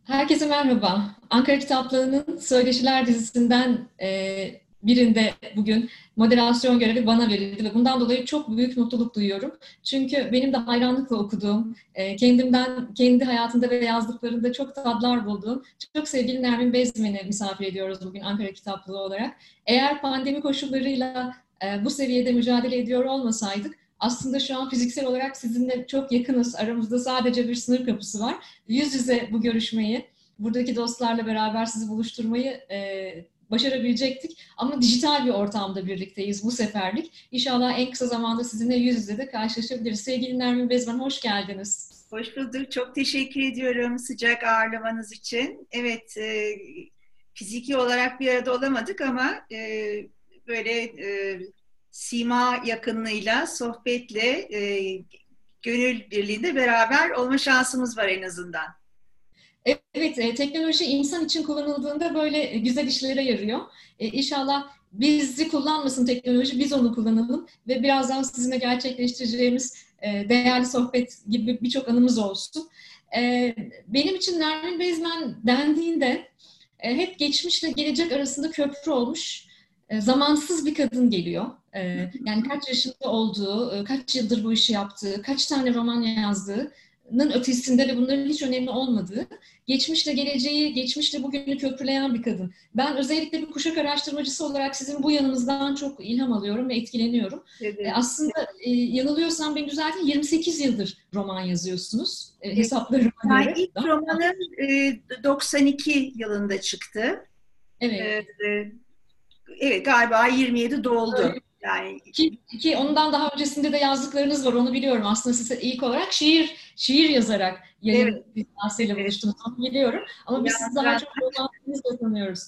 Herkese merhaba. Ankara Kitaplığı'nın Söyleşiler dizisinden birinde bugün moderasyon görevi bana verildi ve bundan dolayı çok büyük mutluluk duyuyorum. Çünkü benim de hayranlıkla okuduğum, kendimden, kendi hayatında ve yazdıklarında çok tatlar bulduğum çok sevgili Nermin Bezmen'i misafir ediyoruz bugün Ankara Kitaplığı olarak. Eğer pandemi koşullarıyla bu seviyede mücadele ediyor olmasaydık, aslında şu an fiziksel olarak sizinle çok yakınız. Aramızda sadece bir sınır kapısı var. Yüz yüze bu görüşmeyi, buradaki dostlarla beraber sizi buluşturmayı başarabilecektik. Ama dijital bir ortamda birlikteyiz bu seferlik. İnşallah en kısa zamanda sizinle yüz yüze de karşılaşabiliriz. Sevgili Nermin Bezmen, hoş geldiniz. Hoş bulduk. Çok teşekkür ediyorum sıcak ağırlamanız için. Evet, fiziki olarak bir arada olamadık ama böyle sima yakınlığıyla, sohbetle, gönül birliğinde beraber olma şansımız var en azından. Evet, teknoloji insan için kullanıldığında böyle güzel işlere yarıyor. İnşallah bizi kullanmasın teknoloji, biz onu kullanalım ve birazdan sizinle gerçekleştireceğimiz değerli sohbet gibi birçok anımız olsun. Benim için Nermin Bezmen dendiğinde hep geçmişle gelecek arasında köprü olmuş, zamansız bir kadın geliyor. Yani kaç yaşında olduğu, kaç yıldır bu işi yaptığı, kaç tane roman yazdığının ötesinde ve bunların hiç önemli olmadığı, geçmişle geleceği, geçmişle bugünü köprüleyen bir kadın. Ben özellikle bir kuşak araştırmacısı olarak sizin bu yanınızdan çok ilham alıyorum ve etkileniyorum. Evet. Aslında yanılıyorsam beni düzeltin, 28 yıldır roman yazıyorsunuz Evet. hesaplarıma Yani göre. ilk romanım 92 yılında çıktı. E, Evet. e, evet, galiba 27 doldu. Yani Ki ondan daha öncesinde de yazdıklarınız var, onu biliyorum. Aslında siz ilk olarak şiir yazarak evet, yayın dünyasıyla evet. buluştunuz, onu biliyorum. Ama biz sizi daha Uyandıran çok romanlarınızla tanıyoruz.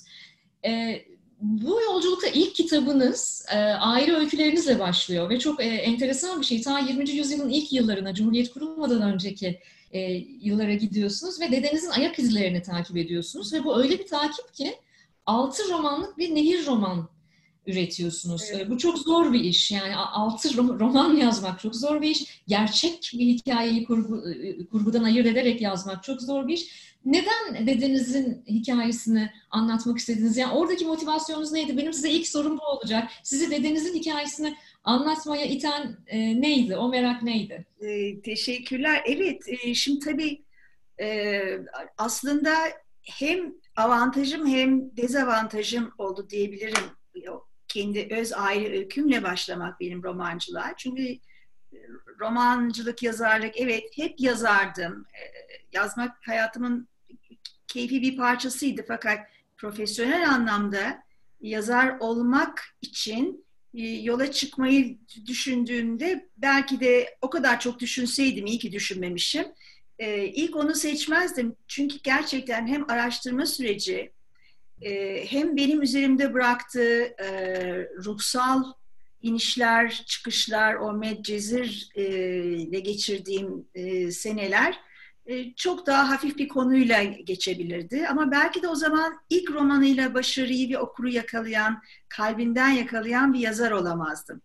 Bu yolculukta ilk kitabınız aile öykülerinizle başlıyor ve çok enteresan bir şey. Ta 20. yüzyılın ilk yıllarına, Cumhuriyet kurulmadan önceki yıllara gidiyorsunuz ve dedenizin ayak izlerini takip ediyorsunuz ve bu öyle bir takip ki 6 romanlık bir nehir roman üretiyorsunuz. evet. Bu çok zor bir iş. Yani 6 roman yazmak çok zor bir iş. Gerçek bir hikayeyi kurgudan ayırt ederek yazmak çok zor bir iş. Neden dedenizin hikayesini anlatmak istediniz? Yani oradaki motivasyonunuz neydi? Benim size ilk sorum bu olacak. Sizi dedenizin hikayesini anlatmaya iten neydi? O merak neydi? Teşekkürler. Evet, şimdi tabii e, aslında hem avantajım hem dezavantajım oldu diyebilirim. Kendi öz aile öykümle başlamak benim romancılığa. Çünkü romancılık, yazarlık, evet hep yazardım. Yazmak hayatımın keyfi bir parçasıydı fakat profesyonel anlamda yazar olmak için yola çıkmayı düşündüğümde belki de o kadar çok düşünseydim, iyi ki düşünmemişim. İlk onu seçmezdim. Çünkü gerçekten hem araştırma süreci hem benim üzerimde bıraktığı ruhsal inişler, çıkışlar, o Medcezir ile geçirdiğim seneler çok daha hafif bir konuyla geçebilirdi. Ama belki de o zaman ilk romanıyla başarıyı ve okuru yakalayan, kalbinden yakalayan bir yazar olamazdım.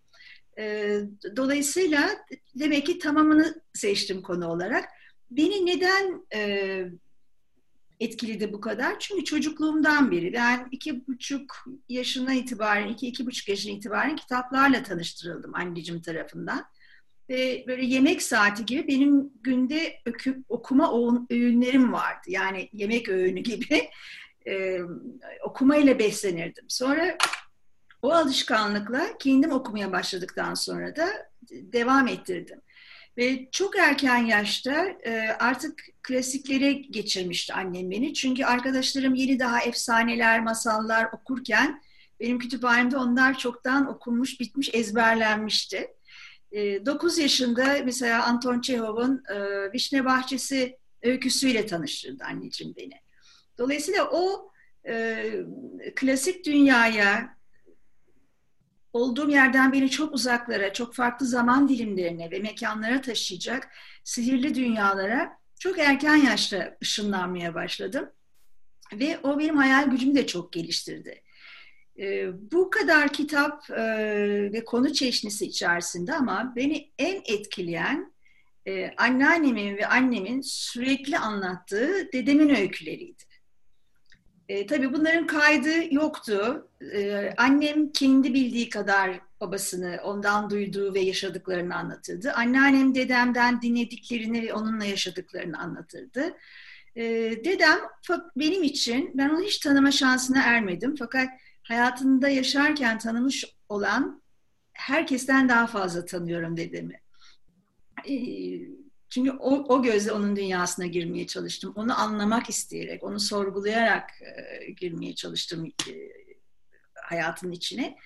Dolayısıyla demek ki tamamını seçtim konu olarak. Beni neden etkiledi bu kadar? Çünkü çocukluğumdan beri ben 2,5 yaşına itibaren, 2,5 yaşına itibaren kitaplarla tanıştırıldım anneciğim tarafından. Ve böyle yemek saati gibi benim günde okuma öğünlerim vardı. Yani yemek öğünü gibi okumayla beslenirdim. Sonra o alışkanlıkla kendim okumaya başladıktan sonra da devam ettirdim. Ve çok erken yaşta artık klasiklere geçirmişti annem beni. Çünkü arkadaşlarım yeni daha efsaneler, masallar okurken benim kütüphanemde onlar çoktan okunmuş, bitmiş, ezberlenmişti. 9 yaşında mesela Anton Çehov'un Vişne Bahçesi öyküsüyle tanıştırdı anneciğim beni. Dolayısıyla o klasik dünyaya olduğum yerden beni çok uzaklara, çok farklı zaman dilimlerine ve mekanlara taşıyacak sihirli dünyalara çok erken yaşta ışınlanmaya başladım. Ve o benim hayal gücümü de çok geliştirdi. Bu kadar kitap ve konu çeşnisi içerisinde ama beni en etkileyen anneannemin ve annemin sürekli anlattığı dedemin öyküleriydi. Tabii bunların kaydı yoktu. Annem kendi bildiği kadar babasını, ondan duyduğu ve yaşadıklarını anlatırdı. Anneannem dedemden dinlediklerini ve onunla yaşadıklarını anlatırdı. Dedem benim için, ben onu hiç tanıma şansına ermedim. Fakat hayatında yaşarken tanımış olan herkesten daha fazla tanıyorum dedemi. Çünkü o gözle onun dünyasına girmeye çalıştım. Onu anlamak isteyerek, onu sorgulayarak girmeye çalıştım hayatın içine.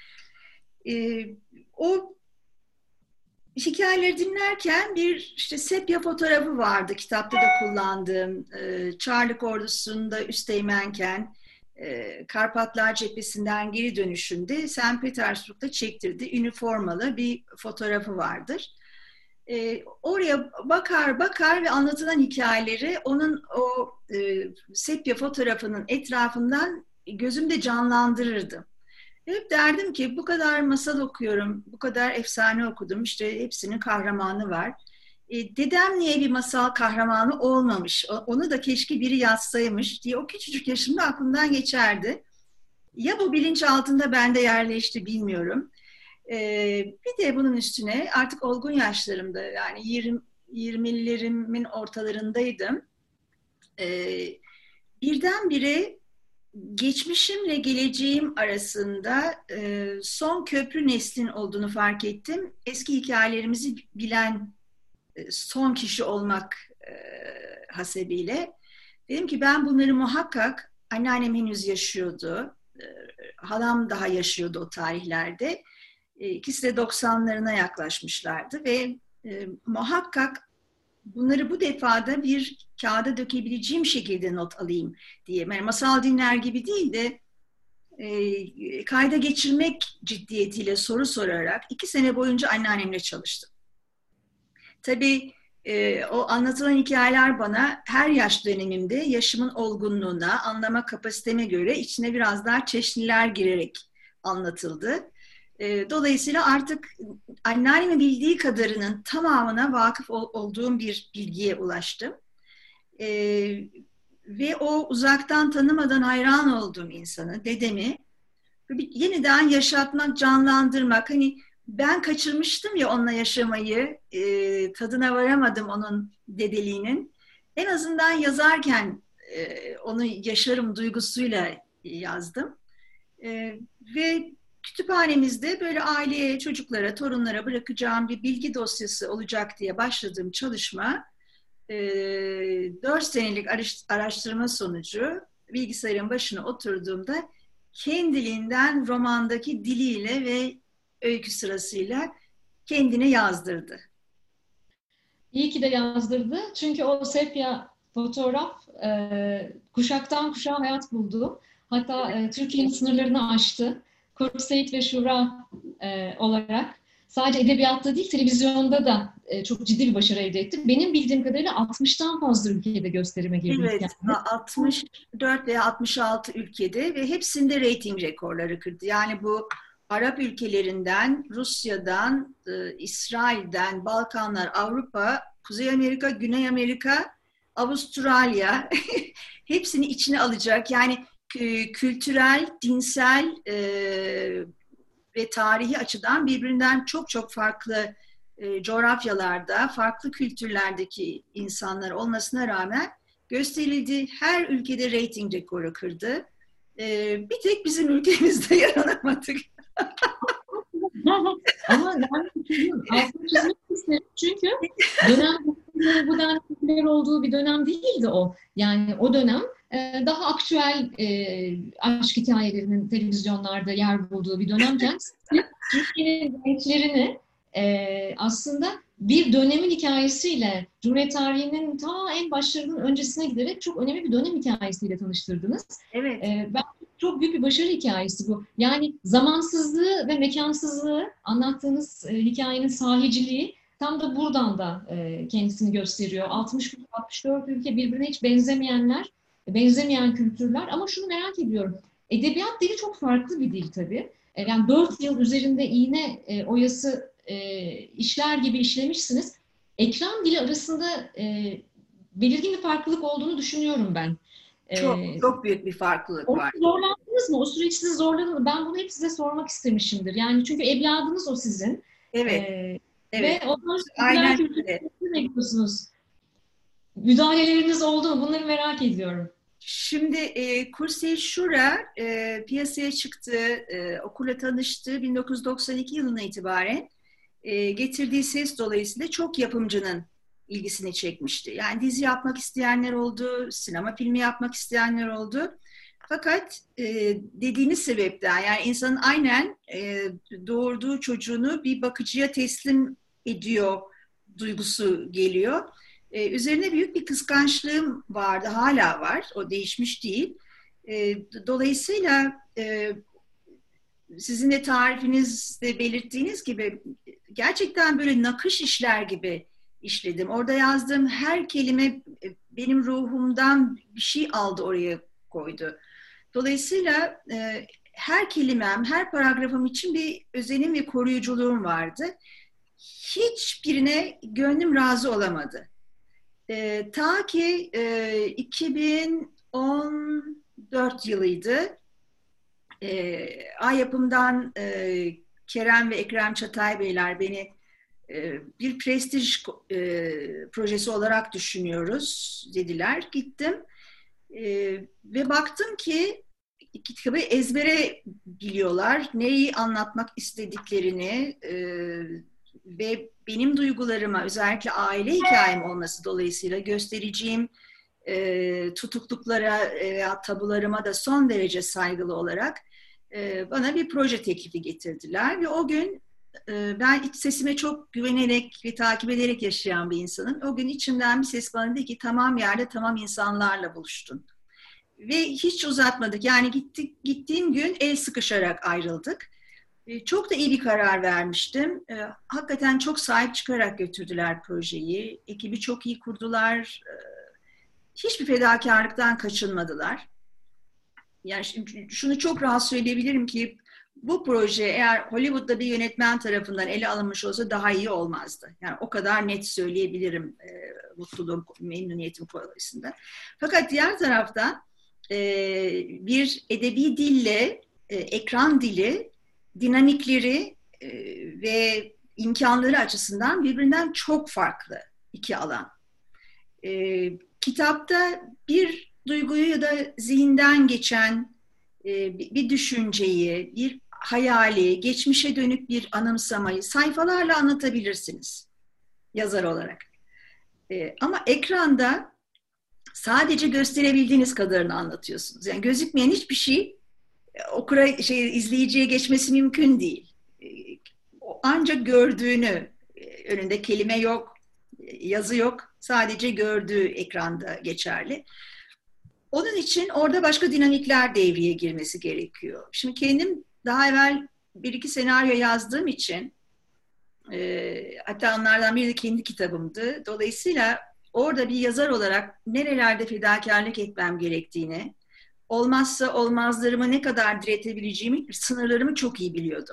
O hikayeleri dinlerken bir işte sepya fotoğrafı vardı kitapta da kullandığım. Çarlık Ordusu'nda üsteğmenken Karpatlar Cephesi'nden geri dönüşünde St. Petersburg'da çektirdiği üniformalı bir fotoğrafı vardır. Oraya bakar ve anlatılan hikayeleri onun o sepya fotoğrafının etrafından gözümde canlandırırdım. Hep derdim ki bu kadar masal okuyorum, bu kadar efsane okudum, işte hepsinin kahramanı var. Dedem niye bir masal kahramanı olmamış, onu da keşke biri yazsaymış diye o küçücük yaşımda aklımdan geçerdi. Ya bu bilinç altında bende yerleşti bilmiyorum. Bir de bunun üstüne artık olgun yaşlarımda yani 20'lerimin ortalarındaydım. Birdenbire geçmişimle geleceğim arasında son köprü neslin olduğunu fark ettim. Eski hikayelerimizi bilen son kişi olmak hasebiyle. Dedim ki ben bunları muhakkak, anneannem henüz yaşıyordu, halam daha yaşıyordu o tarihlerde. İkisi de 90'larına yaklaşmışlardı ve muhakkak bunları bu defada bir kağıda dökebileceğim şekilde not alayım diye. Yani masal dinler gibi değil de kayda geçirmek ciddiyetiyle soru sorarak 2 sene boyunca anneannemle çalıştım. Tabii o anlatılan hikayeler bana her yaş dönemimde yaşımın olgunluğuna, anlama kapasiteme göre içine biraz daha çeşniler girerek anlatıldı. Dolayısıyla artık anneannemin bildiği kadarının tamamına vakıf olduğum bir bilgiye ulaştım. Ve o uzaktan tanımadan hayran olduğum insanı, dedemi yeniden yaşatmak, canlandırmak. Hani ben kaçırmıştım ya onunla yaşamayı, tadına varamadım onun dedeliğinin. En azından yazarken onu yaşarım duygusuyla yazdım. Ve kütüphanemizde böyle aileye, çocuklara, torunlara bırakacağım bir bilgi dosyası olacak diye başladığım çalışma 4 senelik araştırma sonucu bilgisayarın başına oturduğumda kendiliğinden romandaki diliyle ve öykü sırasıyla kendine yazdırdı. İyi ki de yazdırdı. Çünkü o sepya fotoğraf kuşaktan kuşağa hayat buldu. Hatta Türkiye'nin sınırlarını aştı. Kurt Seyit ve Şura olarak sadece edebiyatta değil televizyonda da çok ciddi bir başarı elde etti. Benim bildiğim kadarıyla 60'tan fazla ülkede gösterime girdi. Evet, Yani. 64 veya 66 ülkede ve hepsinde reyting rekorları kırdı. Yani bu Arap ülkelerinden, Rusya'dan, İsrail'den, Balkanlar, Avrupa, Kuzey Amerika, Güney Amerika, Avustralya hepsini içine alacak. Yani kültürel, dinsel ve tarihi açıdan birbirinden çok çok farklı coğrafyalarda, farklı kültürlerdeki insanlar olmasına rağmen gösterildiği her ülkede reyting rekoru kırdı. Bir tek bizim ülkemizde yaranamadık. Ama yani altını çizmek isterim. Çünkü dönem bu denli popüler olduğu bir dönem değildi o. Yani o dönem daha aktüel aşk hikayelerinin televizyonlarda yer bulduğu bir dönemken Türkiye'nin gençlerini aslında bir dönemin hikayesiyle Cumhuriyet tarihinin ta en başlarının öncesine giderek çok önemli bir dönem hikayesiyle tanıştırdınız. Evet. Ben çok büyük bir başarı hikayesi bu. Yani zamansızlığı ve mekansızlığı anlattığınız hikayenin sahiciliği tam da buradan da kendisini gösteriyor. 64 ülke birbirine hiç benzemeyenler, benzemeyen kültürler ama şunu merak ediyorum. Edebiyat dili çok farklı bir dil tabii. Yani 4 yıl üzerinde iğne oyası işler gibi işlemişsiniz. ekran dili arasında belirgin bir farklılık olduğunu düşünüyorum ben. Çok çok büyük bir farklılık Orada var. zorlandınız mı? O süreç sizi zorladı mı? Ben bunu hep size sormak istemişimdir. Yani çünkü evladınız o sizin. Evet, Ve evet. ondan popüler Aynen kültürü öyle. ne yapıyorsunuz? Müdahaleleriniz oldu mu? Bunları merak ediyorum. Şimdi Kursey Shura piyasaya çıktı, okula tanıştı 1992 yılına itibaren. Getirdiği ses dolayısıyla çok yapımcının ilgisini çekmişti. Yani dizi yapmak isteyenler oldu, sinema filmi yapmak isteyenler oldu. Fakat dediğiniz sebepten, yani insanın aynen doğurduğu çocuğunu bir bakıcıya teslim ediyor duygusu geliyor. Üzerine büyük bir kıskançlığım vardı, hala var, o değişmiş değil. Dolayısıyla sizin de tarifinizde belirttiğiniz gibi gerçekten böyle nakış işler gibi işledim. Orada yazdığım her kelime benim ruhumdan bir şey aldı, oraya koydu. Dolayısıyla her kelimem, her paragrafım için bir özenim ve koruyuculuğum vardı. Hiçbirine gönlüm razı olamadı. Ta ki 2014 yılıydı. Ay Yapım'dan Kerem ve Ekrem Çatay Beyler beni bir prestij projesi olarak düşünüyoruz dediler. Gittim ve baktım ki kitabı ezbere biliyorlar. Neyi anlatmak istediklerini ve benim duygularıma, özellikle aile hikayem olması dolayısıyla göstereceğim tutukluklara veya tabularıma da son derece saygılı olarak bana bir proje teklifi getirdiler ve o gün ben iç sesime çok güvenerek ve takip ederek yaşayan bir insanım. O gün içimden bir ses bana dedi ki tamam yerde tamam insanlarla buluştun. Ve hiç uzatmadık. Yani gittiğim gün el sıkışarak ayrıldık. Çok da iyi bir karar vermiştim. Hakikaten çok sahip çıkarak götürdüler projeyi. Ekibi çok iyi kurdular. Hiçbir fedakarlıktan kaçınmadılar. Yani şunu çok rahat söyleyebilirim ki bu proje eğer Hollywood'da bir yönetmen tarafından ele alınmış olsa daha iyi olmazdı. Yani o kadar net söyleyebilirim mutluluğum, memnuniyetim konusunda. Fakat diğer taraftan bir edebi dille ekran dili dinamikleri ve imkanları açısından birbirinden çok farklı iki alan. Kitapta bir duyguyu ya da zihinden geçen bir düşünceyi, bir hayali, geçmişe dönük bir anımsamayı sayfalarla anlatabilirsiniz yazar olarak. Ama ekranda sadece gösterebildiğiniz kadarını anlatıyorsunuz. Yani gözükmeyen hiçbir şey izleyiciye geçmesi mümkün değil. Ancak gördüğünü, önünde kelime yok, yazı yok, sadece gördüğü ekranda geçerli. Onun için orada başka dinamikler devreye girmesi gerekiyor. Şimdi kendim daha evvel bir iki senaryo yazdığım için hatta onlardan biri de kendi kitabımdı. Dolayısıyla orada bir yazar olarak nerelerde fedakarlık etmem gerektiğini, olmazsa olmazlarımı ne kadar diretebileceğimi, sınırlarımı çok iyi biliyordum.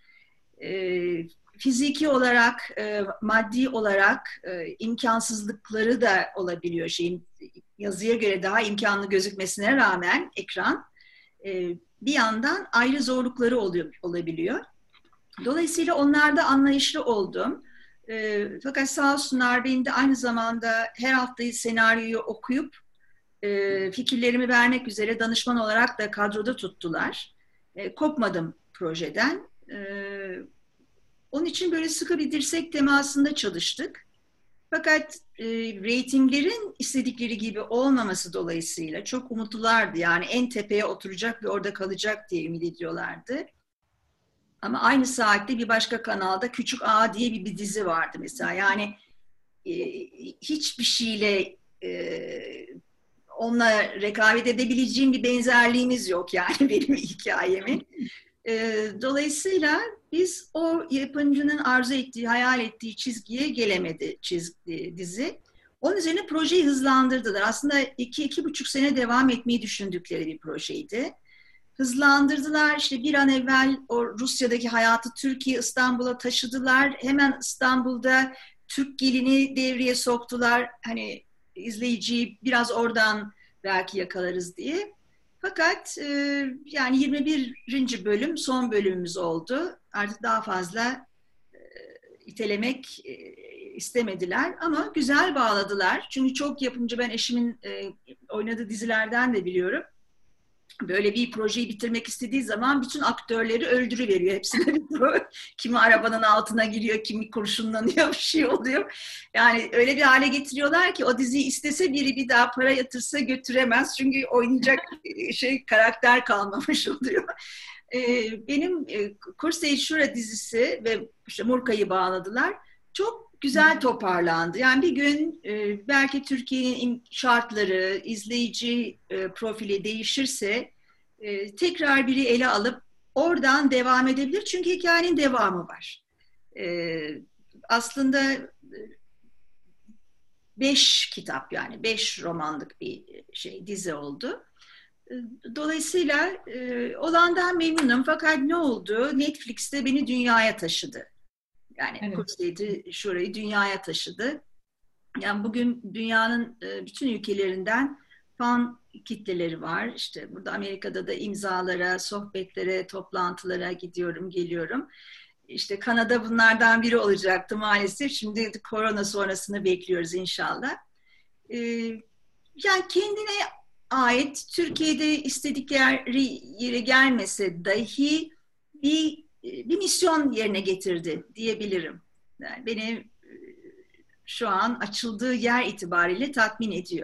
Fiziki olarak, maddi olarak imkansızlıkları da olabiliyor yazıya göre daha imkanlı gözükmesine rağmen ekran bir yandan ayrı zorlukları olabiliyor. Dolayısıyla onlarda anlayışlı oldum. Fakat sağ olsunlar beni de aynı zamanda her hafta senaryoyu okuyup fikirlerimi vermek üzere danışman olarak da kadroda tuttular. Kopmadım projeden. Onun için böyle sıkı bir dirsek temasında çalıştık. Fakat reytinglerin istedikleri gibi olmaması dolayısıyla çok umutlulardı. Yani en tepeye oturacak ve orada kalacak diye ümit ediyorlardı. Ama aynı saatte bir başka kanalda Küçük Ağa diye bir dizi vardı mesela. Yani hiçbir şeyle onunla rekabet edebileceğim bir benzerliğimiz yok yani benim hikayemin. Dolayısıyla biz o yapımcının arzu ettiği, hayal ettiği çizgiye gelemedi dizi. Onun üzerine projeyi hızlandırdılar. Aslında 2-2,5 sene devam etmeyi düşündükleri bir projeydi. Hızlandırdılar. İşte bir an evvel o Rusya'daki hayatı Türkiye, İstanbul'a taşıdılar. Hemen İstanbul'da Türk gelini devreye soktular. Hani izleyiciyi biraz oradan belki yakalarız diye. Fakat yani 21. bölüm son bölümümüz oldu. Artık daha fazla itelemek istemediler ama güzel bağladılar. Çünkü çok yapımcı, ben eşimin oynadığı dizilerden de biliyorum. Böyle bir projeyi bitirmek istediği zaman bütün aktörleri öldürüveriyor. Hepsine kimi arabanın altına giriyor, kimi kurşunlanıyor, bir şey oluyor. Yani öyle bir hale getiriyorlar ki o diziyi istese biri bir daha para yatırsa götüremez. Çünkü oynayacak karakter kalmamış oluyor. Benim Kursey Shura dizisi ve işte Murka'yı bağladılar. Çok güzel toparlandı. Yani bir gün belki Türkiye'nin şartları, izleyici profili değişirse tekrar biri ele alıp oradan devam edebilir. Çünkü hikayenin devamı var. Aslında 5 kitap, yani 5 romanlık bir dizi oldu. Dolayısıyla olandan memnunum. Fakat ne oldu? Netflix'te beni dünyaya taşıdı. Yani Evet. Kursey'i şurayı dünyaya taşıdı. Yani bugün dünyanın bütün ülkelerinden fan kitleleri var. İşte burada Amerika'da da imzalara, sohbetlere, toplantılara gidiyorum, geliyorum. İşte Kanada bunlardan biri olacaktı maalesef. Şimdi korona sonrasını bekliyoruz inşallah. Yani kendine ait, Türkiye'de istedikleri yere gelmese dahi bir misyon yerine getirdi diyebilirim. Yani beni şu an açıldığı yer itibariyle tatmin ediyor.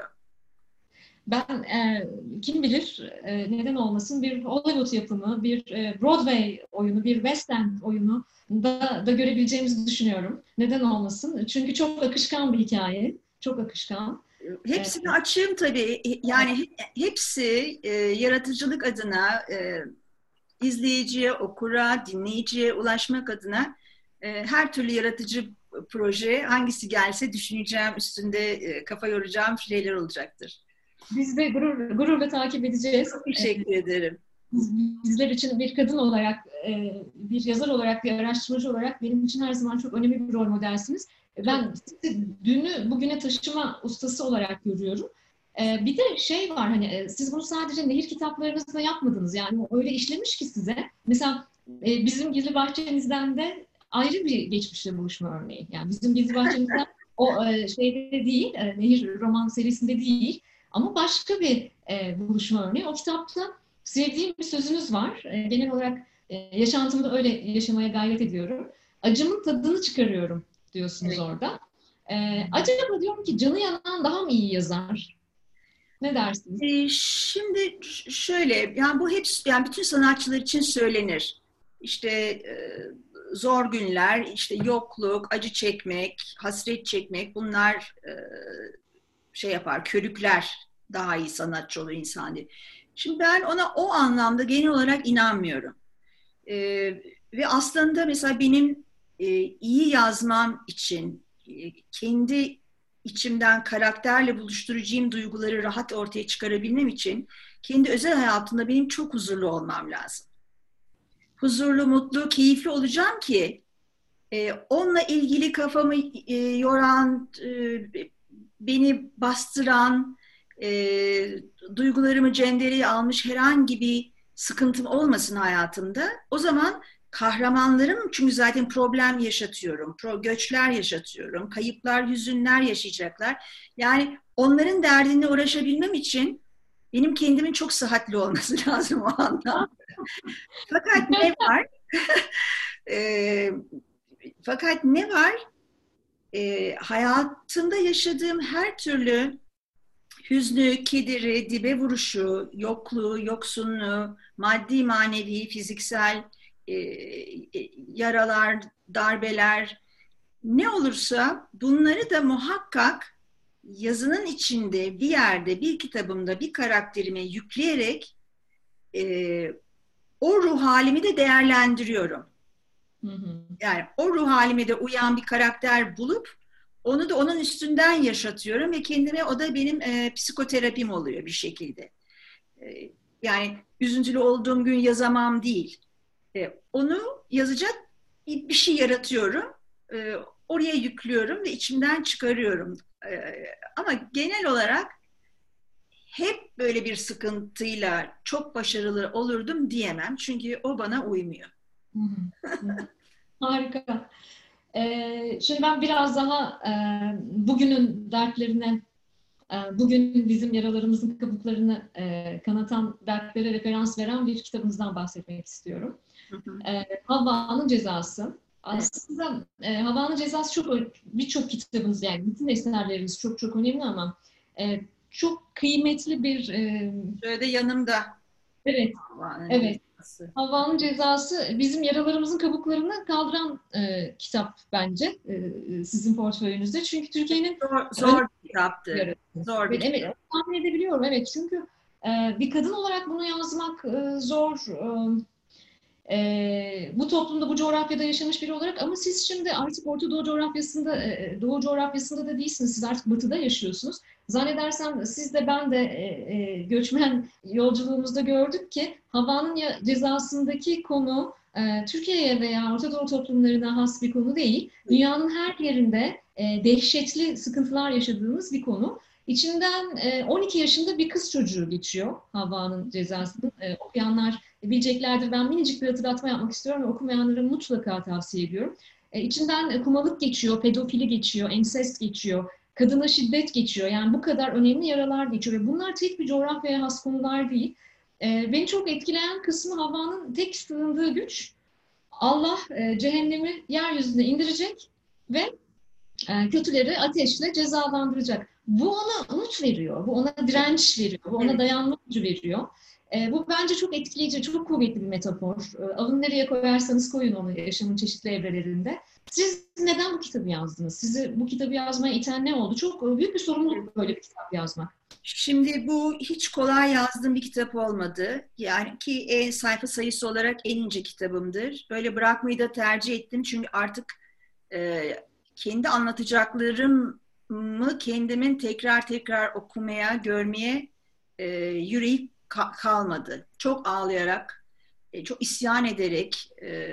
Ben kim bilir neden olmasın bir Hollywood yapımı, bir Broadway oyunu, bir West End oyunu da görebileceğimizi düşünüyorum. Neden olmasın? Çünkü çok akışkan bir hikaye. Çok akışkan. Hepsini açığım tabii. Yani hepsi yaratıcılık adına, izleyiciye, okura, dinleyiciye ulaşmak adına her türlü yaratıcı proje hangisi gelse düşüneceğim, üstünde kafa yoracağım şeyler olacaktır. Biz de gururla takip edeceğiz. Çok teşekkür ederim. Bizler için bir kadın olarak, bir yazar olarak, bir araştırmacı olarak benim için her zaman çok önemli bir rol modelsiniz. Ben sizi dünü bugüne taşıma ustası olarak görüyorum. Bir de var, hani siz bunu sadece nehir kitaplarınızda yapmadınız. Yani öyle işlemiş ki size. Mesela bizim Gizli Bahçemizden de ayrı bir geçmişle buluşma örneği. Yani bizim Gizli Bahçemizden o değil, Nehir roman serisinde değil. Ama başka bir buluşma örneği. O kitapta sevdiğim bir sözünüz var. Genel olarak yaşantımda öyle yaşamaya gayret ediyorum. Acımın tadını çıkarıyorum diyorsunuz, evet, orada. Acaba diyorum ki canı yanan daha mı iyi yazar? Ne dersiniz? Şimdi şöyle, yani bu hep, yani bütün sanatçılar için söylenir. İşte zor günler, işte yokluk, acı çekmek, hasret çekmek, bunlar yapar, körükler daha iyi sanatçı olur insan diye. Şimdi ben ona o anlamda genel olarak inanmıyorum. Ve aslında mesela benim iyi yazmam için kendi içimden karakterle buluşturacağım duyguları rahat ortaya çıkarabilmem için kendi özel hayatımda benim çok huzurlu olmam lazım. Huzurlu, mutlu, keyifli olacağım ki onunla ilgili kafamı yoran, beni bastıran, duygularımı cendereye almış herhangi bir sıkıntım olmasın hayatımda. O zaman kahramanlarım, çünkü zaten problem yaşatıyorum, göçler yaşatıyorum, kayıplar, hüzünler yaşayacaklar. Yani onların derdine uğraşabilmem için benim kendimin çok sıhhatli olması lazım o anlamda. Fakat ne var? Fakat ne var? Hayatımda yaşadığım her türlü hüznü, kederi, dibe vuruşu, yokluğu, yoksunluğu, maddi, manevi, fiziksel yaralar, darbeler, ne olursa bunları da muhakkak yazının içinde bir yerde, bir kitabımda, bir karakterime yükleyerek o ruh halimi de değerlendiriyorum. Yani o ruh halime de uyan bir karakter bulup onu da onun üstünden yaşatıyorum ve kendime, o da benim psikoterapim oluyor bir şekilde. Yani üzüntülü olduğum gün yazamam değil. Onu yazacak bir şey yaratıyorum. oraya yüklüyorum ve içimden çıkarıyorum. Ama genel olarak hep böyle bir sıkıntıyla çok başarılı olurdum diyemem. Çünkü o bana uymuyor. Hı hı. Harika. Şimdi ben biraz daha bugünün dertlerine, bugün bizim yaralarımızın kabuklarını kanatan dertlere referans veren bir kitabımızdan bahsetmek istiyorum. Hı hı. Havva'nın Cezası. Evet. Aslında Havva'nın Cezası birçok kitabımız, yani bütün eserlerimiz çok çok önemli ama çok kıymetli bir Şöyle de yanımda. evet, Havva'nın evet. Cezası. Havva'nın Cezası bizim yaralarımızın kabuklarını kaldıran kitap bence sizin portföyünüzde. Çünkü Türkiye'nin Zor, önemli zor bir kitaptı. yarası. Zor bir Evet, kitap. evet, tahmin edebiliyorum. Evet, çünkü bir kadın olarak bunu yazmak zor. Bu toplumda, bu coğrafyada yaşamış biri olarak, ama siz şimdi artık Orta Doğu coğrafyasında, Doğu coğrafyasında da değilsiniz. Siz artık Batı'da yaşıyorsunuz. Zannedersem siz de ben de göçmen yolculuğumuzda gördük ki Havva'nın Cezası'ndaki konu Türkiye'ye veya Orta Doğu toplumlarına has bir konu değil. Dünyanın her yerinde dehşetli sıkıntılar yaşadığımız bir konu. İçinden 12 yaşında bir kız çocuğu geçiyor Havva'nın Cezası'nı. Okuyanlar bileceklerdir. Ben minicik bir hatırlatma yapmak istiyorum ve okumayanlara mutlaka tavsiye ediyorum. İçinden kumalık geçiyor, pedofili geçiyor, ensest geçiyor, kadına şiddet geçiyor. Yani bu kadar önemli yaralar geçiyor ve bunlar tek bir coğrafyaya has konular değil. Beni çok etkileyen kısmı Havva'nın tek sığındığı güç. Allah cehennemi yeryüzüne indirecek ve kötüleri ateşle cezalandıracak. Bu ona umut veriyor, bu ona direnç veriyor, bu ona Evet. dayanma gücü veriyor. Bu bence çok etkileyici, çok kuvvetli bir metafor. Alın nereye koyarsanız koyun onu yaşamın çeşitli evrelerinde. Siz neden bu kitabı yazdınız? Sizi bu kitabı yazmaya iten ne oldu? Çok büyük bir sorumluluk böyle bir kitap yazmak. Şimdi bu hiç kolay yazdığım bir kitap olmadı. Yani ki sayfa sayısı olarak en ince kitabımdır. Böyle bırakmayı da tercih ettim. Çünkü artık e, kendi anlatacaklarımı kendimin tekrar tekrar okumaya, görmeye yüreği kalmadı. Çok ağlayarak, çok isyan ederek,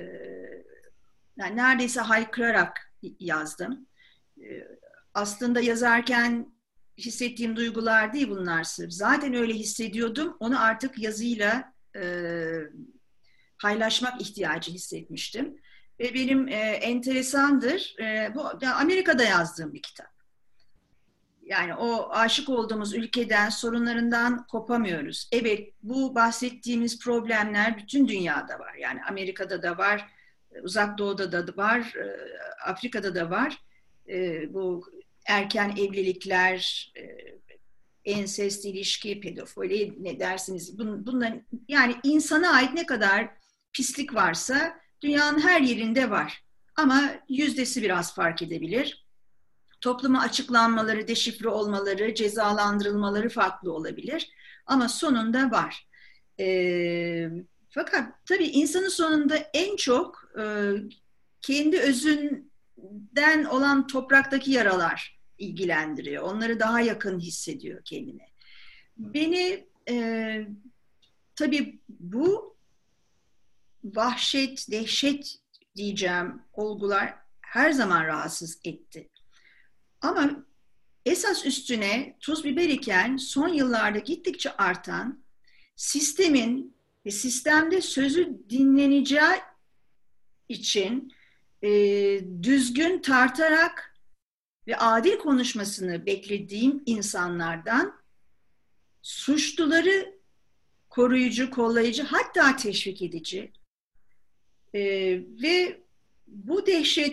yani neredeyse haykırarak yazdım. E, Aslında yazarken hissettiğim duygular değil bunlar sırf. Zaten öyle hissediyordum. Onu artık yazıyla paylaşmak ihtiyacı hissetmiştim. Ve benim enteresandır. Bu Amerika'da yazdığım bir kitap. Yani o aşık olduğumuz ülkeden, sorunlarından kopamıyoruz. Evet, bu bahsettiğimiz problemler bütün dünyada var. Yani Amerika'da da var, Uzak Doğu'da da var, Afrika'da da var. Bu erken evlilikler, ensest ilişki, pedofili ne dersiniz? Bunların, yani insana ait ne kadar pislik varsa dünyanın her yerinde var. Ama yüzdesi biraz fark edebilir. Topluma açıklanmaları, deşifre olmaları, cezalandırılmaları farklı olabilir. Ama sonunda var. Fakat tabii insanın sonunda en çok kendi özünden olan topraktaki yaralar ilgilendiriyor. Onları daha yakın hissediyor kendine. Beni tabii bu vahşet, dehşet diyeceğim olgular her zaman rahatsız etti. Ama esas üstüne tuz biber iken son yıllarda gittikçe artan sistemin ve sistemde sözü dinleneceği için düzgün tartarak ve adil konuşmasını beklediğim insanlardan suçluları koruyucu, kollayıcı, hatta teşvik edici ve bu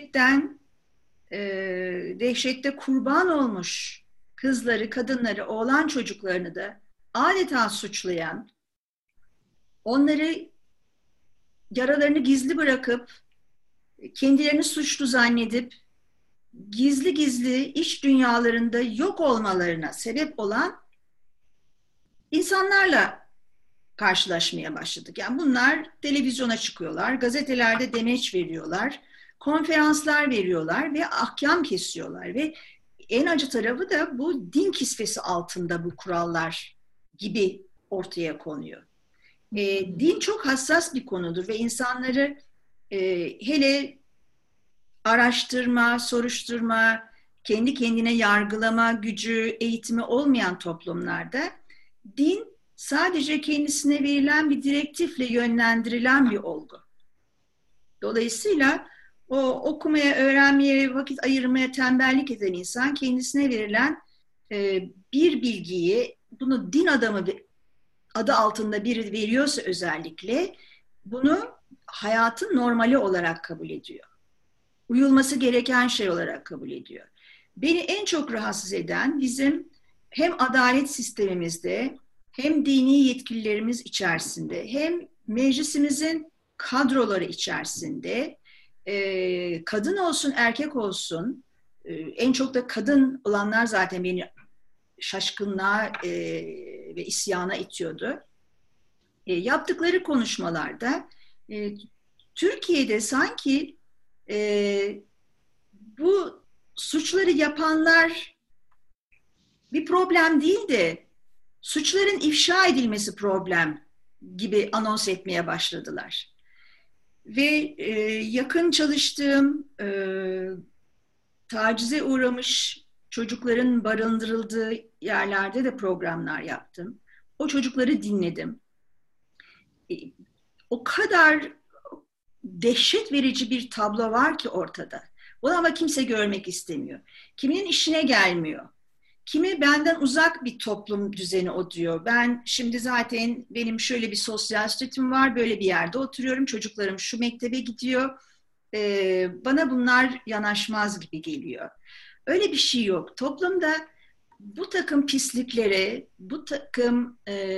dehşette kurban olmuş kızları, kadınları, oğlan çocuklarını da adeta suçlayan, onları yaralarını gizli bırakıp, kendilerini suçlu zannedip, gizli gizli iç dünyalarında yok olmalarına sebep olan insanlarla karşılaşmaya başladık. Yani bunlar televizyona çıkıyorlar, gazetelerde demeç veriyorlar, konferanslar veriyorlar ve ahkam kesiyorlar ve en acı tarafı da bu din kisvesi altında bu kurallar gibi ortaya konuyor. Din çok hassas bir konudur ve insanları hele araştırma, soruşturma, kendi kendine yargılama gücü, eğitimi olmayan toplumlarda din sadece kendisine verilen bir direktifle yönlendirilen bir olgu. Dolayısıyla o okumaya, öğrenmeye, vakit ayırmaya tembellik eden insan kendisine verilen bir bilgiyi, bunu din adamı adı altında biri veriyorsa özellikle, bunu hayatın normali olarak kabul ediyor. Uyulması gereken şey olarak kabul ediyor. Beni en çok rahatsız eden bizim hem adalet sistemimizde hem dini yetkililerimiz içerisinde hem meclisimizin kadroları içerisinde kadın olsun erkek olsun en çok da kadın olanlar zaten beni şaşkınlığa ve isyana itiyordu. Yaptıkları konuşmalarda Türkiye'de sanki bu suçları yapanlar bir problem değil de suçların ifşa edilmesi problem gibi anons etmeye başladılar. Ve yakın çalıştığım tacize uğramış çocukların barındırıldığı yerlerde de programlar yaptım. O çocukları dinledim. O kadar dehşet verici bir tablo var ki ortada. Bunu ama kimse görmek istemiyor. Kiminin işine gelmiyor. Kimi benden uzak bir toplum düzeni o diyor. Ben şimdi zaten benim şöyle bir sosyal statüm var, böyle bir yerde oturuyorum. Çocuklarım şu mektebe gidiyor. Bana bunlar yanaşmaz gibi geliyor. Öyle bir şey yok. Toplumda bu takım pisliklere, bu takım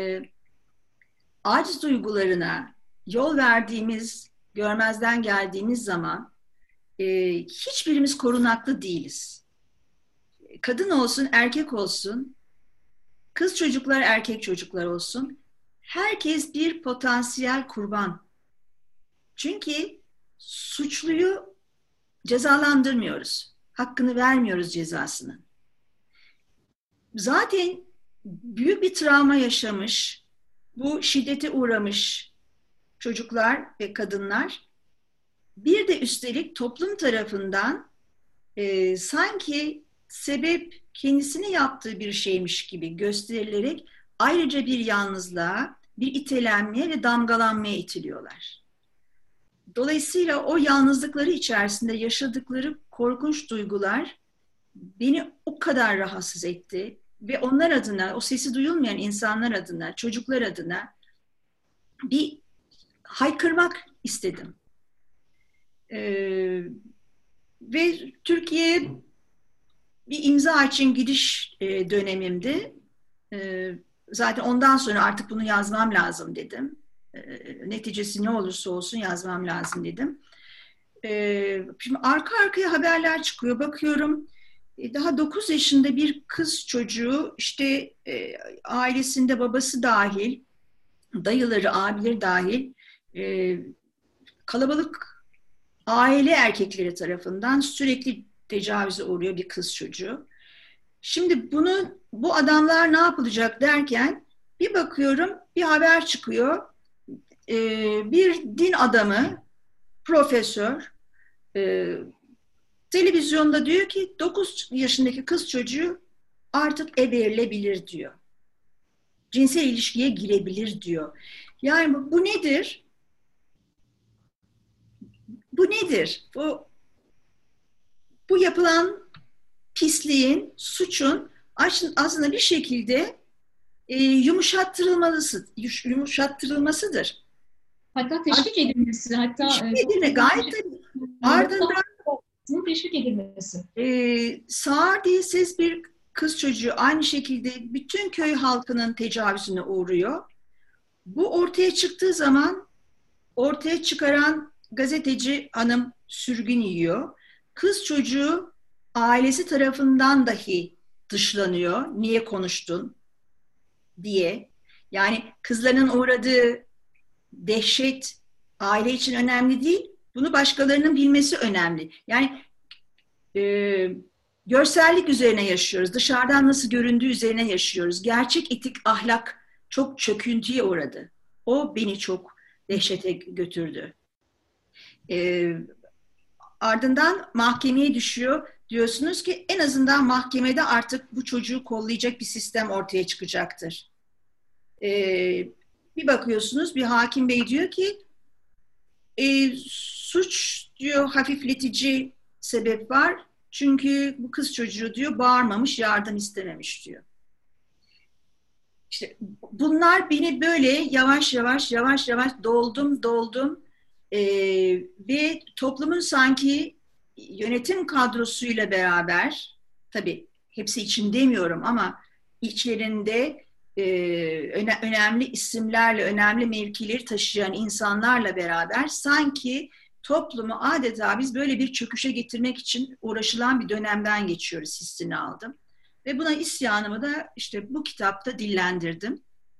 aciz duygularına yol verdiğimiz, görmezden geldiğimiz zaman hiçbirimiz korunaklı değiliz. Kadın olsun, erkek olsun, kız çocuklar, erkek çocuklar olsun, herkes bir potansiyel kurban. Çünkü suçluyu cezalandırmıyoruz. Hakkını vermiyoruz cezasını. Zaten büyük bir travma yaşamış, bu şiddete uğramış çocuklar ve kadınlar bir de üstelik toplum tarafından sanki sebep kendisini yaptığı bir şeymiş gibi gösterilerek ayrıca bir yalnızlığa, bir itelenmeye ve damgalanmaya itiliyorlar. Dolayısıyla o yalnızlıkları içerisinde yaşadıkları korkunç duygular beni o kadar rahatsız etti ve onlar adına, o sesi duyulmayan insanlar adına, çocuklar adına bir haykırmak istedim. Ve Türkiye'ye bir imza için gidiş dönemimdi. Zaten ondan sonra artık bunu yazmam lazım dedim. Neticesi ne olursa olsun yazmam lazım dedim. Şimdi arka arkaya haberler çıkıyor. Bakıyorum daha 9 yaşında bir kız çocuğu işte ailesinde babası dahil, dayıları, abileri dahil kalabalık aile erkekleri tarafından sürekli tecavüze uğruyor bir kız çocuğu. Şimdi bu adamlar ne yapılacak derken bir bakıyorum bir haber çıkıyor. Bir din adamı, profesör, televizyonda diyor ki 9 yaşındaki kız çocuğu artık eberilebilir diyor. Cinsel ilişkiye girebilir diyor. Yani bu nedir? Bu nedir? Bu yapılan pisliğin, suçun aslında bir şekilde yumuşattırılmasıdır. Hatta teşvik edilmesi, teşvik edilme gayet tabii. Ardından teşvik edilmesi. Sağır dilsiz bir kız çocuğu aynı şekilde bütün köy halkının tecavüzüne uğruyor. Bu ortaya çıktığı zaman ortaya çıkaran gazeteci hanım sürgün yiyor. Kız çocuğu ailesi tarafından dahi dışlanıyor. Niye konuştun diye. Yani kızların uğradığı dehşet aile için önemli değil. Bunu başkalarının bilmesi önemli. Yani görsellik üzerine yaşıyoruz. Dışarıdan nasıl göründüğü üzerine yaşıyoruz. Gerçek etik, ahlak çok çöküntüye uğradı. O beni çok dehşete götürdü. ardından mahkemeye düşüyor. Diyorsunuz ki en azından mahkemede artık bu çocuğu kollayacak bir sistem ortaya çıkacaktır. Bir bakıyorsunuz bir hakim bey diyor ki suç diyor hafifletici sebep var. Çünkü bu kız çocuğu diyor bağırmamış, yardım istememiş diyor. İşte bunlar beni böyle yavaş yavaş doldum ve toplumun sanki yönetim kadrosuyla beraber, tabii hepsi için demiyorum ama içlerinde önemli isimlerle, önemli mevkileri taşıyan insanlarla beraber sanki toplumu adeta biz böyle bir çöküşe getirmek için uğraşılan bir dönemden geçiyoruz hissini aldım. Ve buna isyanımı da işte bu kitapta dillendirdim.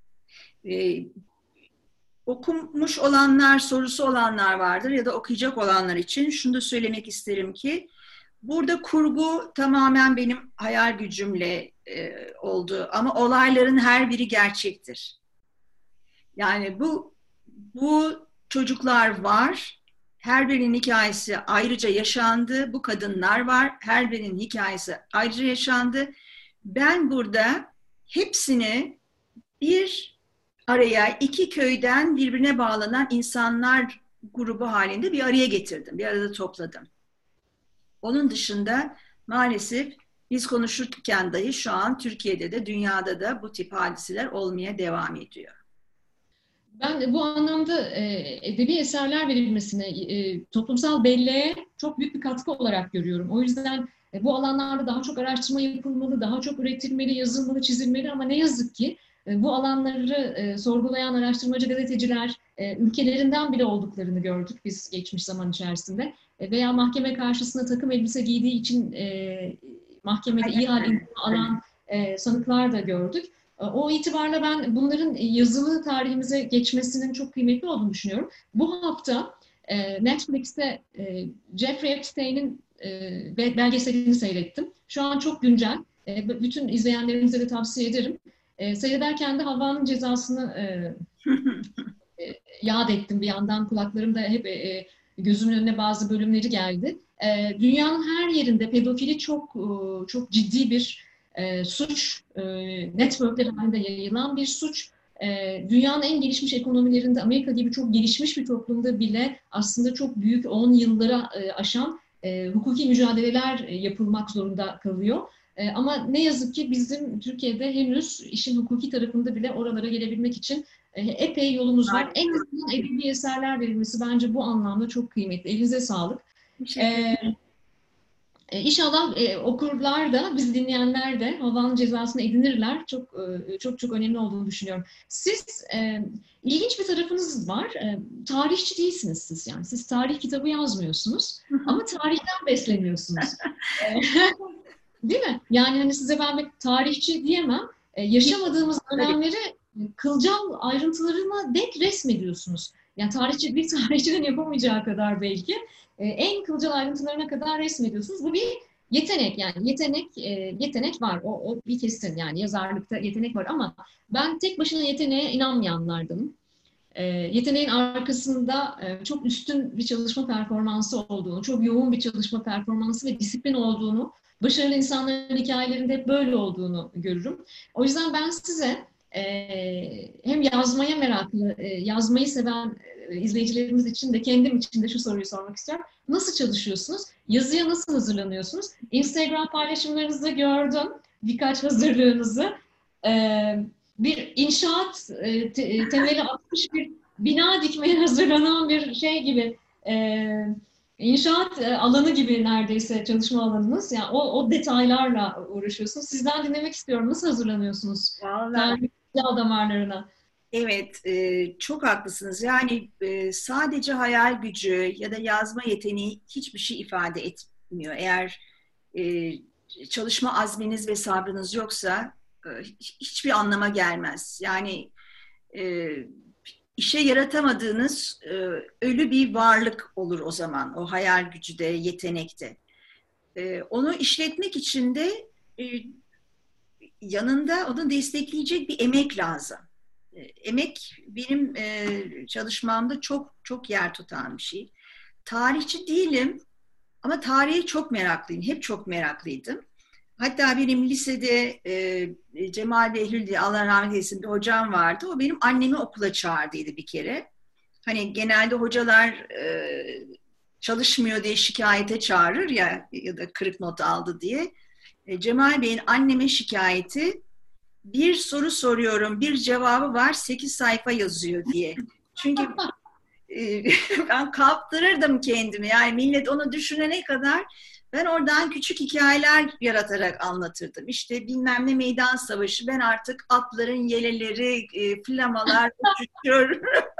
Okumuş olanlar, sorusu olanlar vardır ya da okuyacak olanlar için şunu da söylemek isterim ki burada kurgu tamamen benim hayal gücümle oldu ama olayların her biri gerçektir. Yani bu çocuklar var, her birinin hikayesi ayrıca yaşandı, bu kadınlar var, her birinin hikayesi ayrıca yaşandı. Ben burada hepsini bir araya, iki köyden birbirine bağlanan insanlar grubu halinde bir araya getirdim, bir arada topladım. Onun dışında maalesef biz konuşurken dahi şu an Türkiye'de de dünyada da bu tip hadiseler olmaya devam ediyor. Ben bu anlamda edebi eserler verilmesine, toplumsal belleğe çok büyük bir katkı olarak görüyorum. O yüzden bu alanlarda daha çok araştırma yapılmalı, daha çok üretilmeli, yazılmalı, çizilmeli ama ne yazık ki bu alanları sorgulayan araştırmacı gazeteciler ülkelerinden bile olduklarını gördük biz geçmiş zaman içerisinde. Veya mahkeme karşısında takım elbise giydiği için mahkemede iyi hal alan sanıklar da gördük. O itibarla ben bunların yazılı tarihimize geçmesinin çok kıymetli olduğunu düşünüyorum. Bu hafta Netflix'te Jeffrey Epstein'in belgeselini seyrettim. Şu an çok güncel. Bütün izleyenlerimize de tavsiye ederim. Seyrederken de Havva'nın cezasını yad ettim bir yandan. Kulaklarımda hep gözümün önüne bazı bölümleri geldi. Dünyanın her yerinde pedofili çok ciddi bir suç, networkler halinde yayılan bir suç. Dünyanın en gelişmiş ekonomilerinde, Amerika gibi çok gelişmiş bir toplumda bile aslında çok büyük 10 yıllara aşan hukuki mücadeleler yapılmak zorunda kalıyor. Ama ne yazık ki bizim Türkiye'de henüz işin hukuki tarafında bile oralara gelebilmek için epey yolumuz var. En azından edebi eserler verilmesi bence bu anlamda çok kıymetli. Elinize sağlık. İnşallah okurlar da, biz dinleyenler de Havva'nın cezasını edinirler. Çok önemli olduğunu düşünüyorum. Siz ilginç bir tarafınız var. Tarihçi değilsiniz siz yani. Siz tarih kitabı yazmıyorsunuz ama tarihten besleniyorsunuz. Değil mi? Yani hani size ben tarihçi diyemem. Yaşamadığımız dönemleri kılcal ayrıntılarına dek resmediyorsunuz. Yani bir tarihçinin yapamayacağı kadar belki en kılcal ayrıntılarına kadar resmediyorsunuz. Bu bir yetenek yani yetenek var. O bir kesin yani yazarlıkta yetenek var ama ben tek başına yeteneğe inanmayanlardanım. Yeteneğin arkasında çok üstün bir çalışma performansı olduğunu, çok yoğun bir çalışma performansı ve disiplin olduğunu, başarılı insanların hikayelerinde hep böyle olduğunu görürüm. O yüzden ben size hem yazmaya meraklı, yazmayı seven izleyicilerimiz için de kendim için de şu soruyu sormak istiyorum. Nasıl çalışıyorsunuz? Yazıya nasıl hazırlanıyorsunuz? Instagram paylaşımlarınızda gördüm birkaç hazırlığınızı. Bir inşaat temeli atmış bir bina dikmeye hazırlanan bir şey gibi inşaat alanı gibi neredeyse çalışma alanınız. Yani o detaylarla uğraşıyorsunuz. Sizden dinlemek istiyorum. Nasıl hazırlanıyorsunuz? Vallahi. Damarlarına. Evet, çok haklısınız. Yani sadece hayal gücü ya da yazma yeteneği hiçbir şey ifade etmiyor. Eğer çalışma azminiz ve sabrınız yoksa hiçbir anlama gelmez. Yani işe yaratamadığınız ölü bir varlık olur o zaman. O hayal gücü de, yetenekte. Onu işletmek için de yanında onu destekleyecek bir emek lazım. Emek benim çalışmamda çok yer tutan bir şey. Tarihçi değilim Ama tarihe çok meraklıyım. Hep çok meraklıydım. Hatta benim lisede Cemal Behlül diye Allah rahmet eylesin bir hocam vardı. O benim annemi okula çağırdıydı bir kere. Hani genelde hocalar çalışmıyor diye şikayete çağırır ya da kırık not aldı diye. Cemal Bey'in anneme şikayeti bir soru soruyorum, bir cevabı var, 8 sayfa yazıyor diye. Çünkü ben kaptırırdım kendimi. Yani millet onu düşünene kadar ben oradan küçük hikayeler yaratarak anlatırdım. İşte bilmem ne meydan savaşı, ben artık atların yeleleri, flamalar uçuşuyor.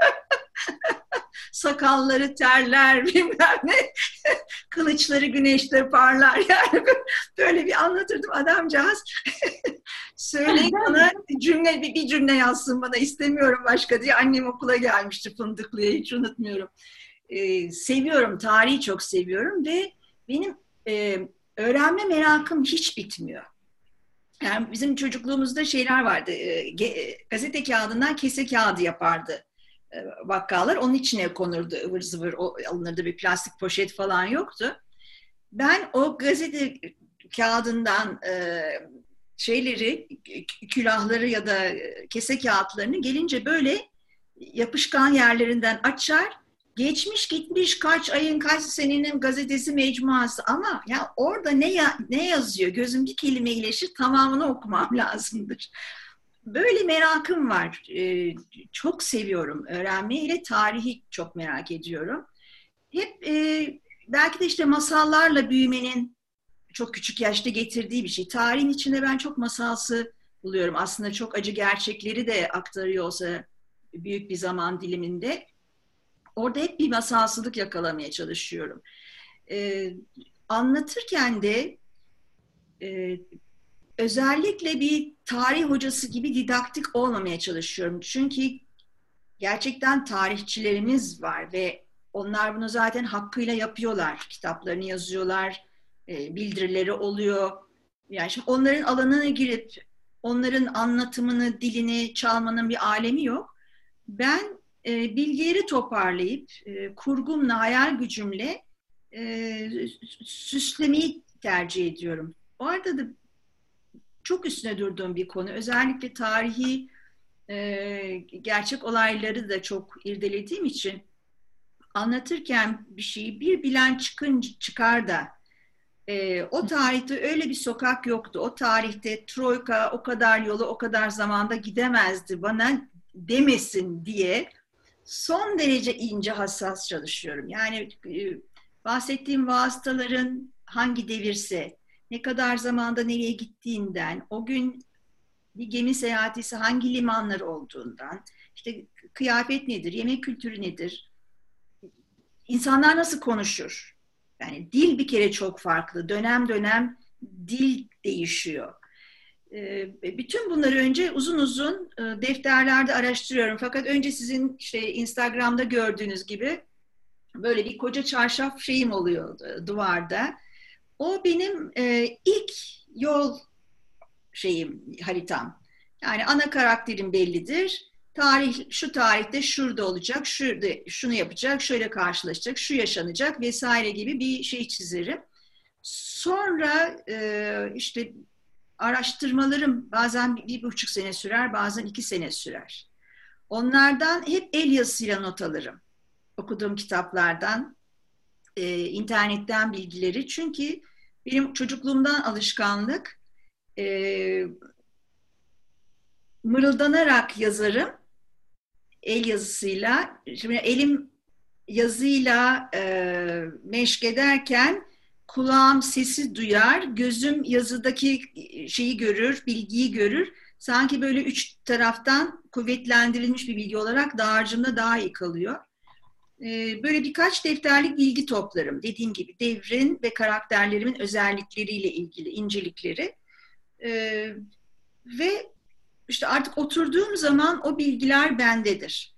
Sakalları terler, bilmem ne. Kılıçları güneşte parlar. Yani böyle bir anlatırdım. Adamcağız söyleyin bana bir cümle yazsın bana, istemiyorum başka diye. Annem okula gelmişti Fındıklı'ya, hiç unutmuyorum. Seviyorum, tarihi çok seviyorum ve benim öğrenme merakım hiç bitmiyor. Yani bizim çocukluğumuzda şeyler vardı, gazete kağıdından kese kağıdı yapardı bakkallar. Onun içine konurdu, ıvır zıvır alınırdı, bir plastik poşet falan yoktu. Ben o gazete kağıdından şeyleri, külahları ya da kese kağıtlarını gelince böyle yapışkan yerlerinden açar, geçmiş gitmiş kaç ayın kaç senenin gazetesi mecmuası, ama ya orada ne yazıyor, gözüm bir kelime iyileşir, tamamını okumam lazımdır. Böyle merakım var. Çok seviyorum öğrenmeyi, ile tarihi çok merak ediyorum. Hep belki de işte masallarla büyümenin çok küçük yaşta getirdiği bir şey. Tarihin içinde ben çok masalsı buluyorum. Aslında çok acı gerçekleri de aktarıyor olsa büyük bir zaman diliminde. Orada hep bir masalsılık yakalamaya çalışıyorum. Anlatırken de özellikle bir tarih hocası gibi didaktik olmamaya çalışıyorum. Çünkü gerçekten tarihçilerimiz var ve onlar bunu zaten hakkıyla yapıyorlar. Kitaplarını yazıyorlar, bildirileri oluyor. Yani şimdi onların alanına girip onların anlatımını, dilini çalmanın bir alemi yok. Ben bilgileri toparlayıp kurgumla, hayal gücümle süslemeyi tercih ediyorum. O arada da çok üstüne durduğum bir konu. Özellikle tarihi gerçek olayları da çok irdelediğim için anlatırken bir şeyi bir bilen çıkar da o tarihte öyle bir sokak yoktu. O tarihte Troika o kadar yolu o kadar zamanda gidemezdi bana demesin diye son derece ince hassas çalışıyorum. Yani bahsettiğim vasıtaların hangi devirse, ne kadar zamanda nereye gittiğinden, o gün bir gemi seyahatisi hangi limanlar olduğundan, işte kıyafet nedir, yemek kültürü nedir, insanlar nasıl konuşur? Yani dil bir kere çok farklı. Dönem dönem dil değişiyor. Bütün bunları önce uzun uzun defterlerde araştırıyorum. Fakat önce sizin işte Instagram'da gördüğünüz gibi böyle bir koca çarşaf şeyim oluyor duvarda. O benim ilk yol haritam. Yani ana karakterim bellidir. Şu tarihte şurada olacak, şurada şunu yapacak, şöyle karşılaşacak, şu yaşanacak vesaire gibi bir şey çizerim. Sonra işte araştırmalarım bazen 1,5 sene sürer, bazen 2 sene sürer. Onlardan hep el yazısıyla not alırım. Okuduğum kitaplardan, internetten bilgileri. Çünkü benim çocukluğumdan alışkanlık, mırıldanarak yazarım el yazısıyla. Şimdi elim yazıyla meşk ederken kulağım sesi duyar, gözüm yazıdaki şeyi görür, bilgiyi görür. Sanki böyle 3 taraftan kuvvetlendirilmiş bir bilgi olarak dağarcığımda daha iyi kalıyor. Böyle birkaç defterlik bilgi toplarım. Dediğim gibi devrin ve karakterlerimin özellikleriyle ilgili incelikleri. Ve işte artık oturduğum zaman o bilgiler bendedir.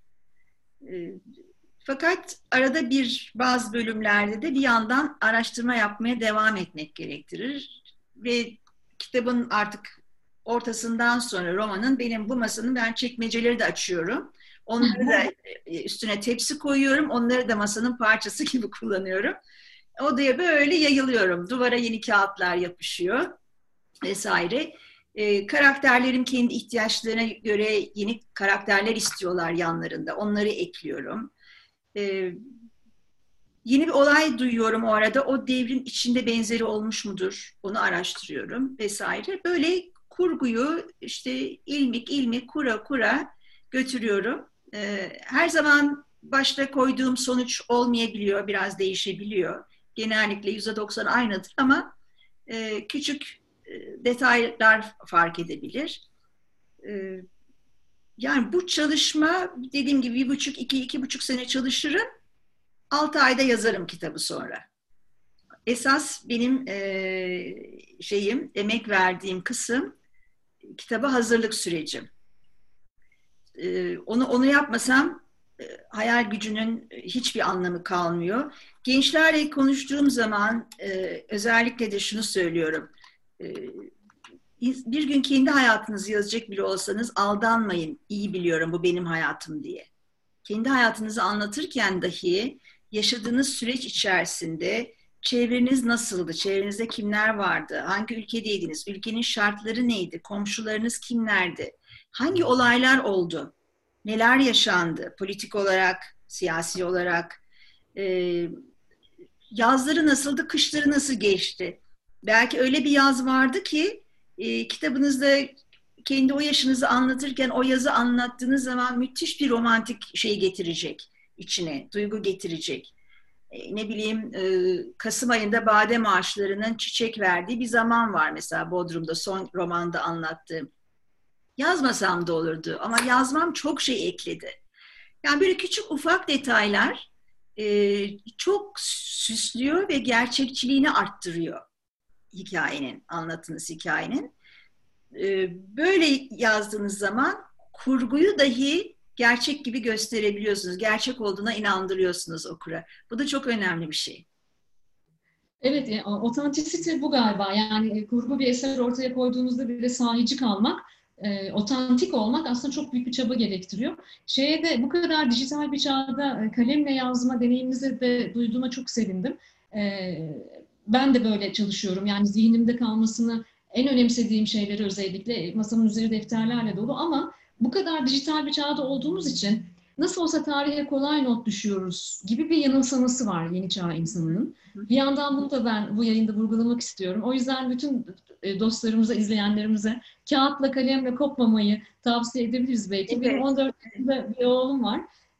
Fakat arada bazı bölümlerde de bir yandan araştırma yapmaya devam etmek gerektirir. Ve kitabın artık ortasından sonra romanın benim bu masanın ben çekmeceleri de açıyorum. Onları da üstüne tepsi koyuyorum. Onları da masanın parçası gibi kullanıyorum. odaya böyle yayılıyorum. Duvara yeni kağıtlar yapışıyor vesaire. Karakterlerim kendi ihtiyaçlarına göre yeni karakterler istiyorlar yanlarında. Onları ekliyorum. Yeni bir olay duyuyorum o arada. O devrin içinde benzeri olmuş mudur? Onu araştırıyorum vesaire. Böyle kurguyu işte ilmik ilmik kura kura götürüyorum. Her zaman başta koyduğum sonuç olmayabiliyor, biraz değişebiliyor. Genellikle %90 aynıdır ama küçük detaylar fark edebilir. Yani bu çalışma dediğim gibi 1,5-2,5 sene çalışırım. 6 ayda yazarım kitabı sonra. Esas benim emek verdiğim kısım kitaba hazırlık sürecim. Onu yapmasam hayal gücünün hiçbir anlamı kalmıyor. Gençlerle konuştuğum zaman özellikle de şunu söylüyorum. Bir gün kendi hayatınızı yazacak bile olsanız aldanmayın. İyi biliyorum bu benim hayatım diye. Kendi hayatınızı anlatırken dahi yaşadığınız süreç içerisinde çevreniz nasıldı? Çevrenizde kimler vardı? Hangi ülkedeydiniz? Ülkenin şartları neydi? Komşularınız kimlerdi? Hangi olaylar oldu? Neler yaşandı? Politik olarak, siyasi olarak. Yazları nasıldı? Kışları nasıl geçti? Belki öyle bir yaz vardı ki kitabınızda kendi o yaşınızı anlatırken o yazı anlattığınız zaman müthiş bir romantik şey getirecek içine, duygu getirecek. Ne bileyim Kasım ayında badem ağaçlarının çiçek verdiği bir zaman var mesela Bodrum'da son romanda anlattığım. Yazmasam da olurdu ama yazmam çok şey ekledi. Yani böyle küçük ufak detaylar çok süslüyor ve gerçekçiliğini arttırıyor hikayenin, anlattığınız hikayenin. Böyle yazdığınız zaman kurguyu dahi gerçek gibi gösterebiliyorsunuz. Gerçek olduğuna inandırıyorsunuz okura. Bu da çok önemli bir şey. Evet, otantisite bu galiba. Yani kurgu bir eser ortaya koyduğunuzda bir de sahici kalmak, otantik olmak aslında çok büyük bir çaba gerektiriyor. Şeye de bu kadar dijital bir çağda kalemle yazma deneyiminizi de duyduğuma çok sevindim. Ben de böyle çalışıyorum. Yani zihnimde kalmasını en önemsediğim şeyleri özellikle masamın üzeri defterlerle dolu ama bu kadar dijital bir çağda olduğumuz için nasıl olsa tarihe kolay not düşüyoruz gibi bir yanılsaması var yeni çağ insanının. Bir yandan bunu da ben bu yayında vurgulamak istiyorum. O yüzden bütün dostlarımıza, izleyenlerimize kağıtla kalemle kopmamayı tavsiye edebiliriz belki. Evet. Benim 14 yaşında bir oğlum var.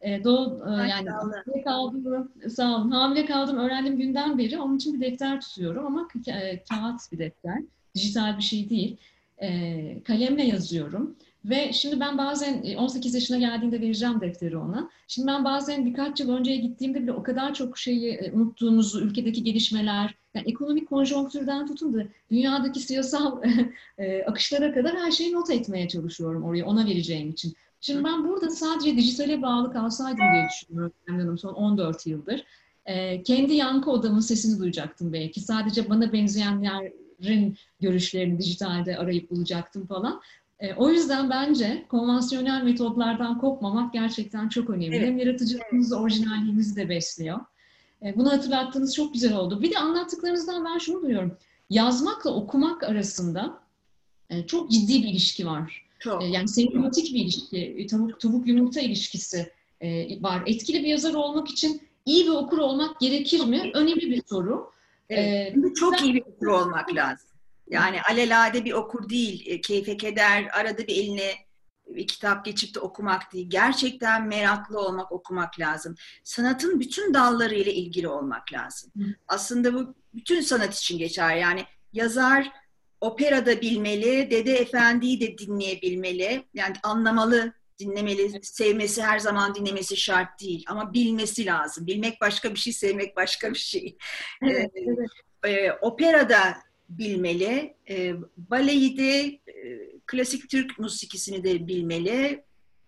Yani Maşallah. sağ olun. Hamile kaldım öğrendiğim günden beri onun için bir defter tutuyorum ama kağıt bir defter. Dijital bir şey değil. Kalemle yazıyorum. Ve şimdi ben bazen 18 yaşına geldiğinde vereceğim defteri ona. Şimdi ben bazen birkaç yıl önceye gittiğimde bile o kadar çok şeyi unuttuğumuzu, ülkedeki gelişmeler, yani ekonomik konjonktürden tutun da dünyadaki siyasal akışlara kadar her şeyi not etmeye çalışıyorum oraya, ona vereceğim için. Şimdi ben burada sadece dijitale bağlı kalsaydım diye düşünüyorum Hanım son 14 yıldır. Kendi yankı odamın sesini duyacaktım belki. Sadece bana benzeyenlerin görüşlerini dijitalde arayıp bulacaktım falan. O yüzden bence konvansiyonel metodlardan kopmamak gerçekten çok önemli. Evet. Hem yaratıcılığımızı, orijinalliğimizi de besliyor. Bunu hatırlattığınız çok güzel oldu. Bir de anlattıklarınızdan ben şunu duyuyorum. Yazmakla okumak arasında çok ciddi bir ilişki var. Çok. Yani semiotik bir ilişki, tavuk yumurta ilişkisi var. Etkili bir yazar olmak için iyi bir okur olmak gerekir mi? Önemli bir soru. Evet. Çok iyi bir okur olmak lazım. Yani alelade bir okur değil, keyfe keder, arada bir eline bir kitap geçip de okumak değil. Gerçekten meraklı olmak, okumak lazım. Sanatın bütün dallarıyla ilgili olmak lazım. Aslında bu bütün sanat için geçer. Yani yazar opera da bilmeli, Dede Efendi'yi de dinleyebilmeli. Yani anlamalı, dinlemeli, sevmesi her zaman dinlemesi şart değil. Ama bilmesi lazım. Bilmek başka bir şey, sevmek başka bir şey. Evet, evet. Opera da bilmeli, baleyi de, klasik Türk musikisini de bilmeli,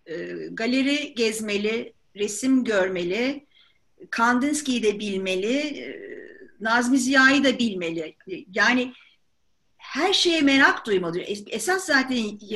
galeri gezmeli, resim görmeli, Kandinsky'yi de bilmeli, Nazmi Ziya'yı da bilmeli. Yani her şeye merak duymalı. Esas zaten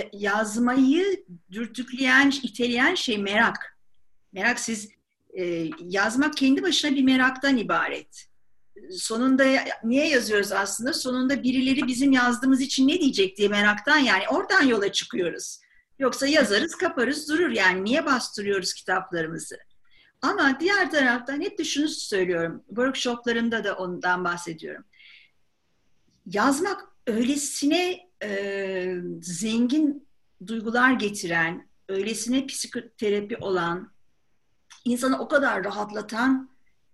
yazmayı dürtükleyen, iteleyen şey merak. Merak yazmak kendi başına bir meraktan ibaret. sonunda niye yazıyoruz aslında? Sonunda birileri bizim yazdığımız için ne diyecek diye meraktan, yani oradan yola çıkıyoruz. Yoksa yazarız, kaparız, durur. Yani niye bastırıyoruz kitaplarımızı? Ama diğer taraftan hep de şunu söylüyorum. Workshoplarımda da ondan bahsediyorum. Yazmak öylesine zengin duygular getiren, öylesine psikoterapi olan, insanı o kadar rahatlatan,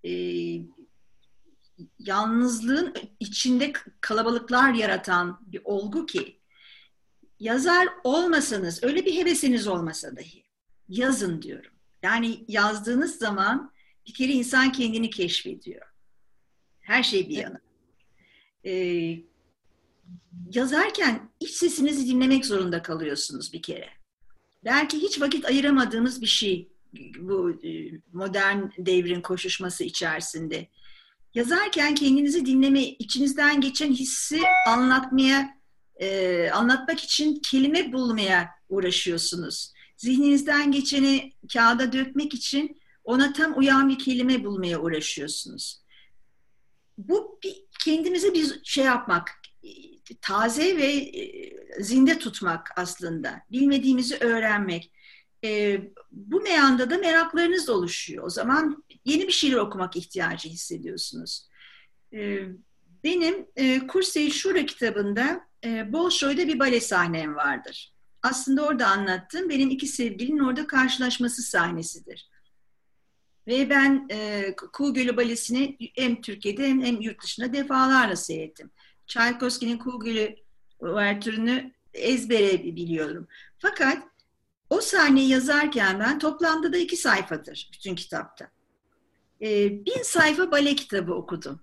yalnızlığın içinde kalabalıklar yaratan bir olgu ki, yazar olmasanız, öyle bir hevesiniz olmasa dahi yazın diyorum. Yani yazdığınız zaman bir kere insan kendini keşfediyor. Her şey bir yana. Yazarken iç sesinizi dinlemek zorunda kalıyorsunuz bir kere. Belki hiç vakit ayıramadığımız bir şey bu modern devrin koşuşması içerisinde. Yazarken kendinizi dinleme, içinizden geçen hissi anlatmak için kelime bulmaya uğraşıyorsunuz. Zihninizden geçeni kağıda dökmek için ona tam uyan bir kelime bulmaya uğraşıyorsunuz. Bu kendimizi bir şey yapmak, taze ve zinde tutmak aslında. Bilmediğimizi öğrenmek. Bu meyanda da meraklarınız da oluşuyor. O zaman yeni bir şeyler okumak ihtiyacı hissediyorsunuz. Benim Kursey Şura kitabında Bolşoy'da bir bale sahnem vardır. Aslında orada anlattığım benim iki sevgilinin orada karşılaşması sahnesidir. Ve ben Kuğu Gölü Balesi'ni hem Türkiye'de hem yurt dışında defalarla seyrettim. Çaykovski'nin Kuğu Gölü Uvertürü'nü ezbere biliyorum. Fakat o sahneyi yazarken ben toplamda da 2 sayfadır bütün kitapta. 1000 sayfa bale kitabı okudum.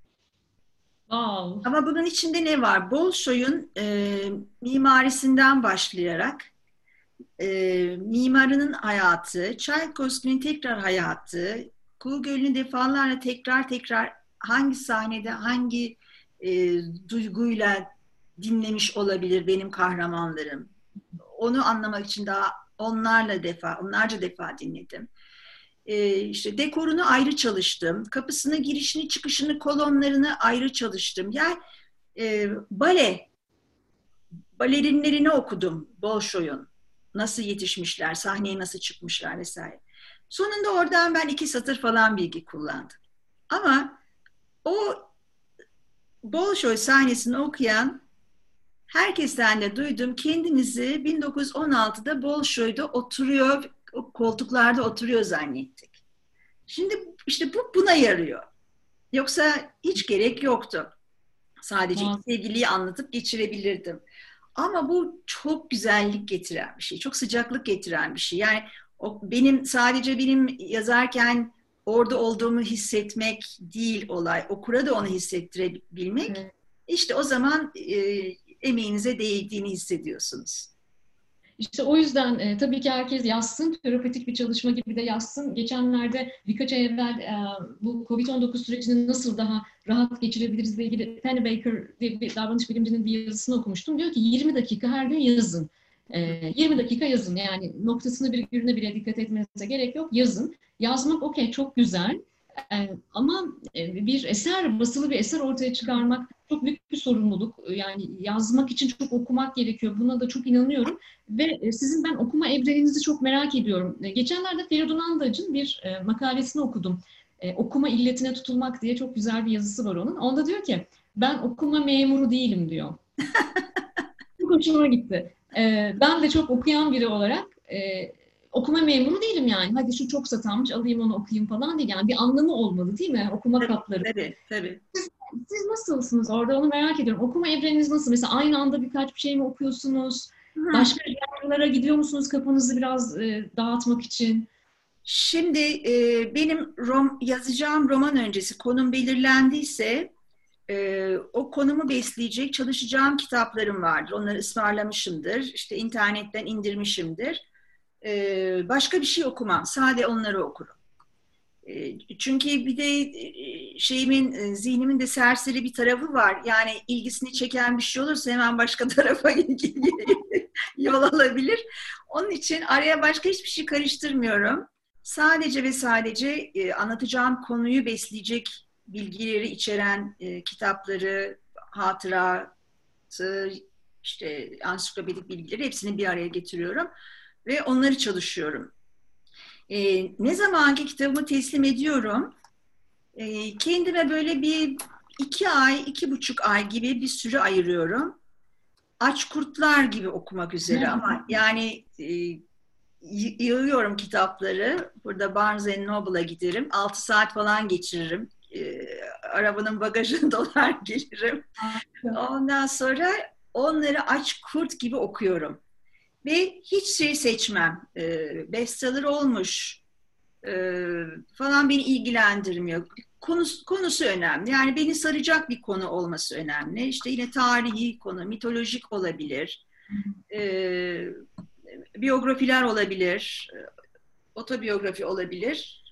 Wow. Ama bunun içinde ne var? Bolşoy'un mimarisinden başlayarak mimarının hayatı, Çaykovski'nin tekrar hayatı, Kuğu Gölü'nü defalarla tekrar hangi sahnede, hangi duyguyla dinlemiş olabilir benim kahramanlarım. Onu anlamak için daha onlarca defa dinledim. İşte dekorunu ayrı çalıştım. Kapısını, girişini, çıkışını, kolonlarını ayrı çalıştım. Yani balerinlerini okudum Bolşoy'un. Nasıl yetişmişler, sahneye nasıl çıkmışlar vesaire. Sonunda oradan ben 2 satır falan bilgi kullandım. Ama o Bolşoy sahnesini okuyan herkesten de duydum, kendimizi 1916'da Bolşoy'da oturuyor, o koltuklarda oturuyor zannettik. Şimdi işte buna yarıyor. Yoksa hiç gerek yoktu. Sadece sevgiliyi anlatıp geçirebilirdim. Ama bu çok güzellik getiren bir şey, çok sıcaklık getiren bir şey. Yani sadece benim yazarken orada olduğumu hissetmek değil olay, okura da onu hissettirebilmek. Evet. İşte o zaman emeğinize değdiğini hissediyorsunuz. İşte o yüzden tabii ki herkes yazsın, terapötik bir çalışma gibi de yazsın. Geçenlerde birkaç ay evvel bu COVID-19 sürecini nasıl daha rahat geçirebilirizle ilgili Penny Baker diye bir davranış bilimcinin bir yazısını okumuştum. Diyor ki 20 dakika her gün yazın. 20 dakika yazın, yani noktasına virgülüne bile dikkat etmenize gerek yok, yazın. Yazmak okey, çok güzel. Ama bir eser, basılı bir eser ortaya çıkarmak çok büyük bir sorumluluk. Yani yazmak için çok okumak gerekiyor. Buna da çok inanıyorum. Ve sizin ben okuma evreninizi çok merak ediyorum. Geçenlerde Feridun Andac'ın bir makalesini okudum. Okuma illetine tutulmak diye çok güzel bir yazısı var onun. Onda diyor ki ben okuma memuru değilim diyor. Çok hoşuma gitti. Ben de çok okuyan biri olarak okuma memuru değilim yani. Hadi şu çok satanmış, alayım onu okuyayım falan değil. Yani bir anlamı olmalı değil mi? Okuma kapları. Tabii. Siz nasılsınız orada, onu merak ediyorum. Okuma evreniniz nasıl? Mesela aynı anda birkaç bir şey mi okuyorsunuz? Başka yerlere gidiyor musunuz kafanızı biraz dağıtmak için? Şimdi benim yazacağım roman öncesi konum belirlendiyse o konumu besleyecek çalışacağım kitaplarım vardır. Onları ısmarlamışımdır. İşte internetten indirmişimdir. Başka bir şey okumam. Sadece onları okurum. Çünkü bir de zihnimin de serseri bir tarafı var. Yani ilgisini çeken bir şey olursa hemen başka tarafa yol alabilir. Onun için araya başka hiçbir şey karıştırmıyorum. Sadece ve sadece anlatacağım konuyu besleyecek bilgileri içeren kitapları, hatırası, işte ansiklopedik bilgileri hepsini bir araya getiriyorum ve onları çalışıyorum. Ne zamanki kitabımı teslim ediyorum, kendime böyle bir 2 ay, 2,5 ay gibi bir süre ayırıyorum. Aç kurtlar gibi okumak üzere ama yani yığıyorum kitapları. Burada Barnes Noble'a giderim. 6 saat falan geçiririm. Arabanın bagajını dolar gelirim. Ondan sonra onları aç kurt gibi okuyorum. Ve hiç şey seçmem. Bestseller olmuş falan beni ilgilendirmiyor. Konusu önemli. Yani beni saracak bir konu olması önemli. İşte yine tarihi konu, mitolojik olabilir. Biyografiler olabilir. Otobiyografi olabilir.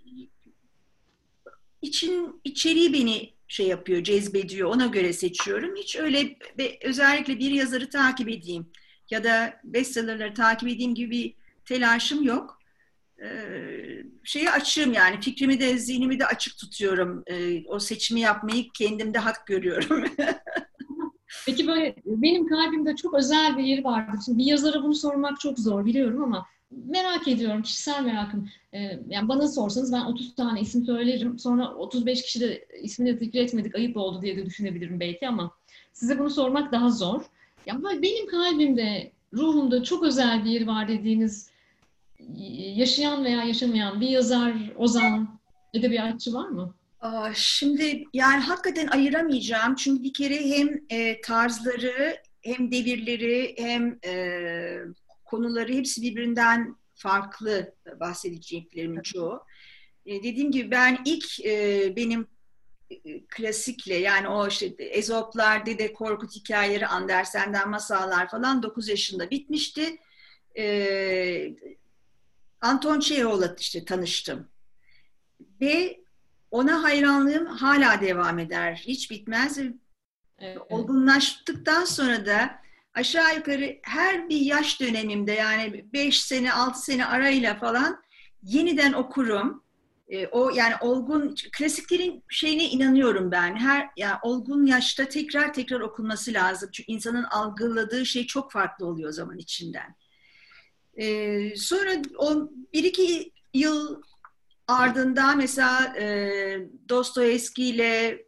İçeriği beni şey yapıyor, cezbediyor. Ona göre seçiyorum. Hiç öyle özellikle bir yazarı takip edeyim ya da bestsellerleri takip edeyim gibi bir telaşım yok. Şeyi açığım yani fikrimi de zihnimi de açık tutuyorum. O seçimi yapmayı kendimde hak görüyorum. Peki böyle benim kalbimde çok özel bir yeri vardı. Şimdi bir yazara bunu sormak çok zor biliyorum ama merak ediyorum, kişisel merakım. Yani bana sorsanız ben 30 tane isim söylerim. Sonra 35 kişi de ismini zikretmedik, ayıp oldu diye de düşünebilirim belki ama size bunu sormak daha zor. Yani böyle benim kalbimde, ruhumda çok özel bir yeri var dediğiniz yaşayan veya yaşamayan bir yazar, ozan, edebiyatçı var mı? Şimdi yani hakikaten ayıramayacağım. Çünkü bir kere hem tarzları hem devirleri hem konuları hepsi birbirinden farklı bahsedeceklerimin çoğu. Dediğim gibi ben ilk benim klasikle yani o işte Ezoplar, Dede Korkut hikayeleri, Andersen'den masallar falan 9 yaşında bitmişti. Anton Çehov'la işte tanıştım. Ve ona hayranlığım hala devam eder. Hiç bitmez. Evet. Olgunlaştıktan sonra da aşağı yukarı her bir yaş dönemimde yani 5 sene 6 sene arayla falan yeniden okurum. O yani olgun klasiklerin şeyine inanıyorum ben. Yani olgun yaşta tekrar tekrar okunması lazım. Çünkü insanın algıladığı şey çok farklı oluyor o zaman içinden. Sonra o 1-2 yıl ardından mesela Dostoyevski ile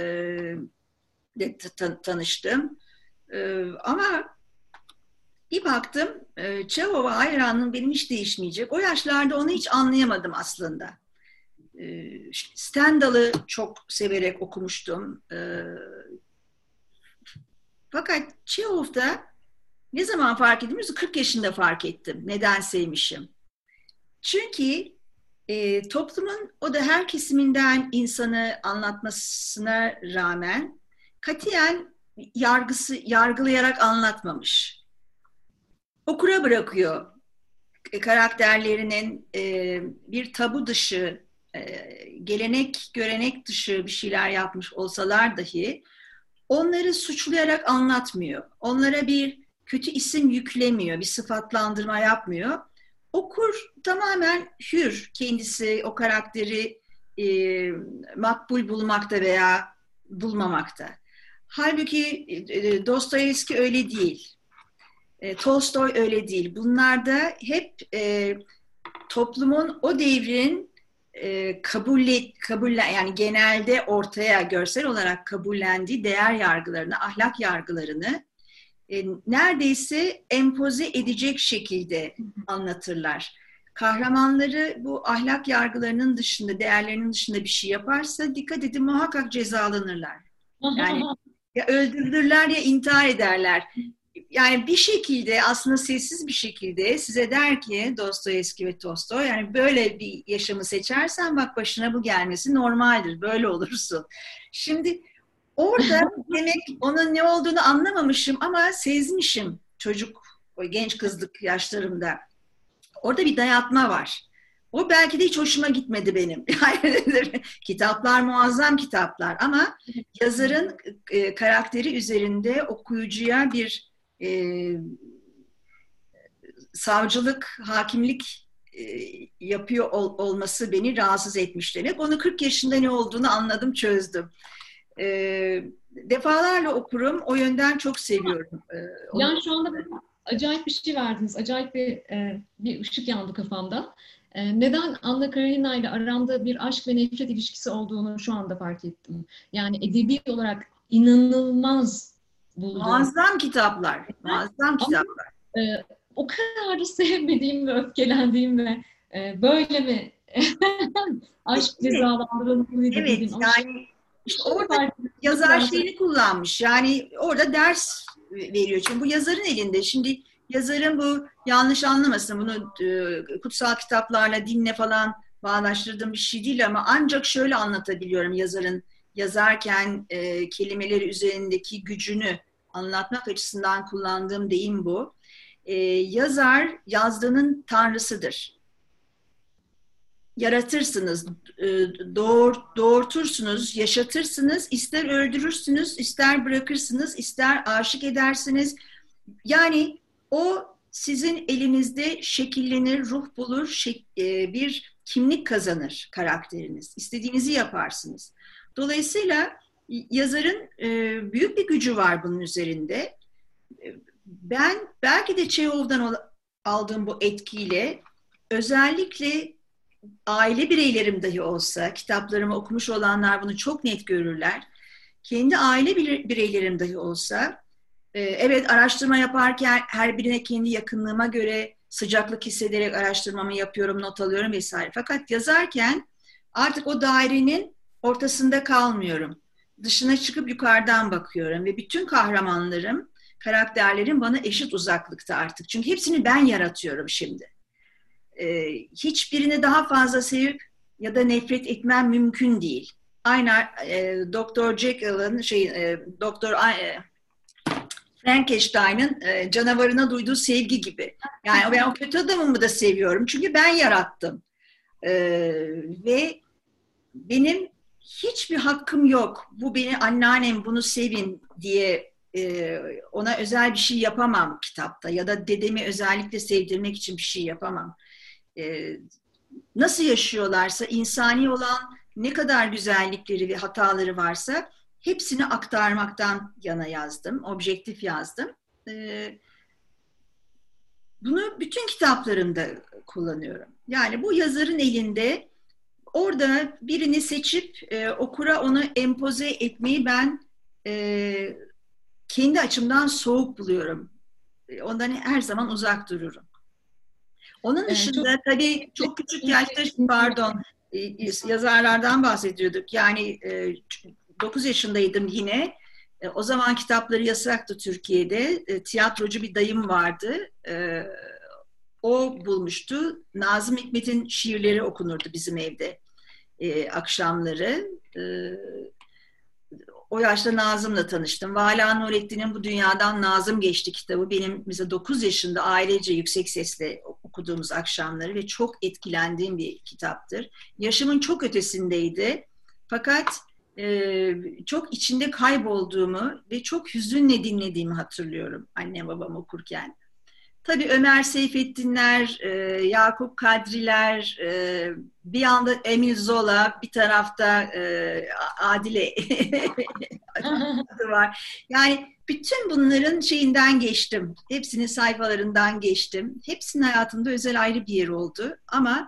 de tanıştım. Ama bir baktım Çehova hayranlığım benim hiç değişmeyecek. O yaşlarda onu hiç anlayamadım aslında. Stendhal'ı çok severek okumuştum. Fakat Çehov'da ne zaman fark ettim? 40 yaşında fark ettim. Neden sevmişim? Çünkü toplumun o da her kesiminden insanı anlatmasına rağmen katiyen yargılayarak anlatmamış. Okura bırakıyor. Karakterlerinin bir tabu dışı, gelenek, görenek dışı bir şeyler yapmış olsalar dahi onları suçlayarak anlatmıyor. Onlara bir kötü isim yüklemiyor, bir sıfatlandırma yapmıyor. Okur tamamen hür, kendisi o karakteri makbul bulmakta veya bulmamakta. Halbuki Dostoyevski öyle değil. Tolstoy öyle değil. Bunlar da hep toplumun o devrin yani genelde ortaya görsel olarak kabullendiği değer yargılarını, ahlak yargılarını neredeyse empoze edecek şekilde anlatırlar. Kahramanları bu ahlak yargılarının dışında, değerlerinin dışında bir şey yaparsa dikkat edin muhakkak cezalanırlar. Yani ya öldürülürler ya intihar ederler. Yani bir şekilde aslında sessiz bir şekilde size der ki Dostoyevski ve Tolstoy yani böyle bir yaşamı seçersen bak başına bu gelmesi normaldir. Böyle olursun. Şimdi orada demek onun ne olduğunu anlamamışım ama sezmişim çocuk, o genç kızlık yaşlarımda. Orada bir dayatma var. O belki de hiç hoşuma gitmedi benim. Kitaplar muazzam kitaplar ama yazarın karakteri üzerinde okuyucuya bir savcılık, hakimlik yapıyor olması beni rahatsız etmiş demek. Onu 40 yaşında ne olduğunu anladım, çözdüm. Defalarla okurum. O yönden çok seviyorum. Onu. Yani şu anda bana acayip bir şey verdiniz. Acayip bir ışık yandı kafamda. Neden Anna Karenina ile aramda bir aşk ve nefret ilişkisi olduğunu şu anda fark ettim. Yani edebi olarak inanılmaz bulduğum. Muazzam kitaplar. Muazzam Ama kitaplar. o kadar da sevmediğim ve öfkelendiğim ve böyle mi aşk Evet, cezalandırılmalıydı evet. dediğim. Ama Yani işte şimdi orada fark ettim. yazar şeyini kullanmış. Yani orada ders veriyor. Çünkü bu yazarın elinde. Şimdi yazarın bu, yanlış anlamasın, bunu kutsal kitaplarla, dinle falan bağdaştırdığım bir şey değil ama ancak şöyle anlatabiliyorum yazarın yazarken kelimeleri üzerindeki gücünü anlatmak açısından kullandığım deyim bu. Yazar yazdığının tanrısıdır. Yaratırsınız, doğurtursunuz, yaşatırsınız, ister öldürürsünüz, ister bırakırsınız, ister aşık edersiniz. Yani o sizin elinizde şekillenir, ruh bulur, bir kimlik kazanır karakteriniz. İstediğinizi yaparsınız. Dolayısıyla yazarın büyük bir gücü var bunun üzerinde. Ben belki de Çehov'dan aldığım bu etkiyle özellikle aile bireylerim dahi olsa, kitaplarımı okumuş olanlar bunu çok net görürler. Kendi aile bireylerim dahi olsa, evet, araştırma yaparken her birine kendi yakınlığıma göre sıcaklık hissederek araştırmamı yapıyorum, not alıyorum vesaire. Fakat yazarken artık o dairenin ortasında kalmıyorum. Dışına çıkıp yukarıdan bakıyorum ve bütün kahramanlarım, karakterlerim bana eşit uzaklıkta artık. Çünkü hepsini ben yaratıyorum şimdi. Hiçbirini daha fazla sevip ya da nefret etmem mümkün değil. Aynı Dr. Jekyll'ın Dr. Frankenstein'ın canavarına duyduğu sevgi gibi. Yani ben o kötü adamımı da seviyorum. Çünkü ben yarattım. Ve benim hiçbir hakkım yok. Bu beni anneannem bunu sevin diye ona özel bir şey yapamam kitapta. Ya da dedemi özellikle sevdirmek için bir şey yapamam. Nasıl yaşıyorlarsa, insani olan ne kadar güzellikleri ve hataları varsa hepsini aktarmaktan yana yazdım, objektif yazdım. Bunu bütün kitaplarımda kullanıyorum. Yani bu yazarın elinde, orada birini seçip okura onu empoze etmeyi ben kendi açımdan soğuk buluyorum. Ondan her zaman uzak dururum. Onun dışında tabii çok küçük yaşta, pardon, yazarlardan bahsediyorduk. Yani 9 yaşındaydım yine. O zaman kitapları yasaktı Türkiye'de. Tiyatrocu bir dayım vardı. O bulmuştu. Nazım Hikmet'in şiirleri okunurdu bizim evde akşamları. O yaşta Nazım'la tanıştım. Vala Nurettin'in Bu Dünyadan Nazım Geçti kitabı benim mesela 9 yaşında ailece yüksek sesle okuduğumuz akşamları ve çok etkilendiğim bir kitaptır. Yaşımın çok ötesindeydi. Fakat çok içinde kaybolduğumu ve çok hüzünle dinlediğimi hatırlıyorum annem babam okurken. Tabii Ömer Seyfettinler, Yakup Kadriler, bir yanda Emil Zola, bir tarafta Adile var. Yani bütün bunların şeyinden geçtim. Hepsinin sayfalarından geçtim. Hepsinin hayatımda özel ayrı bir yer oldu. Ama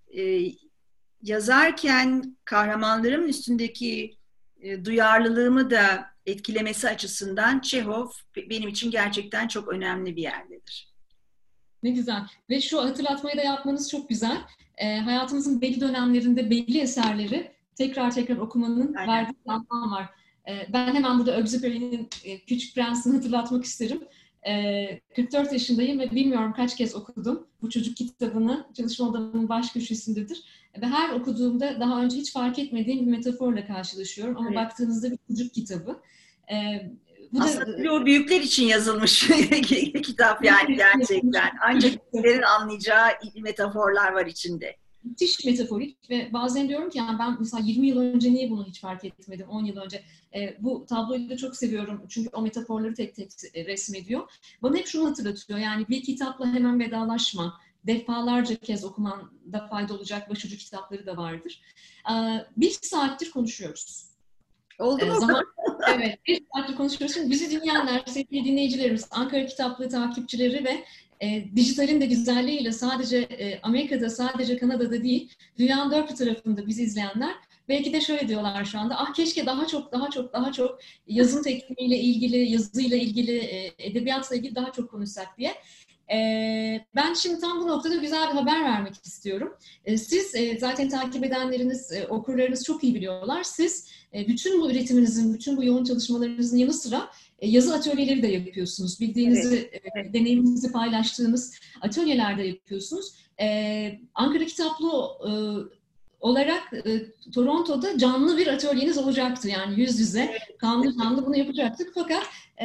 yazarken kahramanlarımın üstündeki duyarlılığımı da etkilemesi açısından Çehov benim için gerçekten çok önemli bir yerdedir. Ne güzel. Ve şu hatırlatmayı da yapmanız çok güzel. Hayatımızın belli dönemlerinde belli eserleri tekrar tekrar okumanın verdiği bir anlam var. Ben hemen burada Exupéry'nin Küçük Prens'ini hatırlatmak isterim. 44 yaşındayım ve bilmiyorum kaç kez okudum bu çocuk kitabını. Çalışma odamın baş köşesindedir. Ve her okuduğumda daha önce hiç fark etmediğim bir metaforla karşılaşıyorum. Ama baktığınızda bir çocuk kitabı. Bu aslında da o büyükler için yazılmış kitap yani gerçekten. Ancak büyüklerin anlayacağı metaforlar var içinde. Müthiş metaforik ve bazen diyorum ki yani ben mesela 20 yıl önce niye bunu hiç fark etmedim, 10 yıl önce. Bu tabloyu da çok seviyorum çünkü o metaforları tek tek resmediyor. Bana hep şunu hatırlatıyor, yani bir kitapla hemen vedalaşma. defalarca kez okumanda fayda olacak başucu kitapları da vardır. 1 saattir konuşuyoruz. Oldu mu? Evet, 1 saattir konuşuyoruz. Şimdi bizi dinleyenler, sevgili dinleyicilerimiz, Ankara Kitaplığı takipçileri ve dijitalin de güzelliğiyle sadece Amerika'da, sadece Kanada'da değil, dünyanın dört bir tarafında bizi izleyenler belki de şöyle diyorlar şu anda: keşke daha çok yazım tekniğiyle ilgili, yazıyla ilgili, edebiyatla ilgili daha çok konuşsak diye. Ben şimdi tam bu noktada güzel bir haber vermek istiyorum. Siz zaten takip edenleriniz, okurlarınız çok iyi biliyorlar. Siz bütün bu üretiminizin, bütün bu yoğun çalışmalarınızın yanı sıra yazı atölyeleri de yapıyorsunuz. Bildiğinizi, deneyiminizi paylaştığınız atölyelerde yapıyorsunuz. Ankara Kitaplığı olarak Toronto'da canlı bir atölyeniz olacaktı. Yani yüz yüze, canlı bunu yapacaktık. Fakat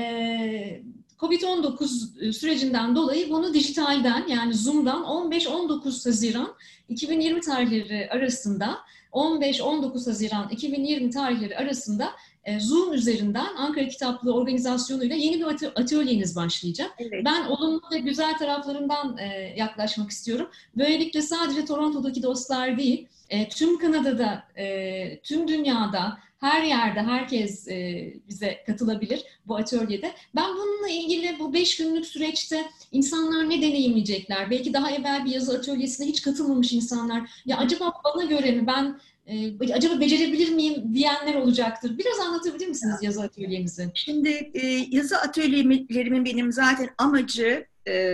Covid-19 sürecinden dolayı bunu dijitalden, yani Zoom'dan 15-19 Haziran 2020 tarihleri arasında 15-19 Haziran 2020 tarihleri arasında Zoom üzerinden Ankara Kitaplığı organizasyonuyla yeni bir atölyeniz başlayacak. Evet. Ben olumlu ve güzel taraflarından yaklaşmak istiyorum. Böylelikle sadece Toronto'daki dostlar değil, tüm Kanada'da, tüm dünyada, her yerde herkes bize katılabilir bu atölyede. Ben bununla ilgili bu 5 günlük süreçte insanlar ne deneyimleyecekler? Belki daha evvel bir yazı atölyesine hiç katılmamış insanlar, ya acaba bana göre mi, ben acaba becerebilir miyim diyenler olacaktır. Biraz anlatabilir misiniz yazı atölyenizi? Şimdi yazı atölyelerimin benim zaten amacı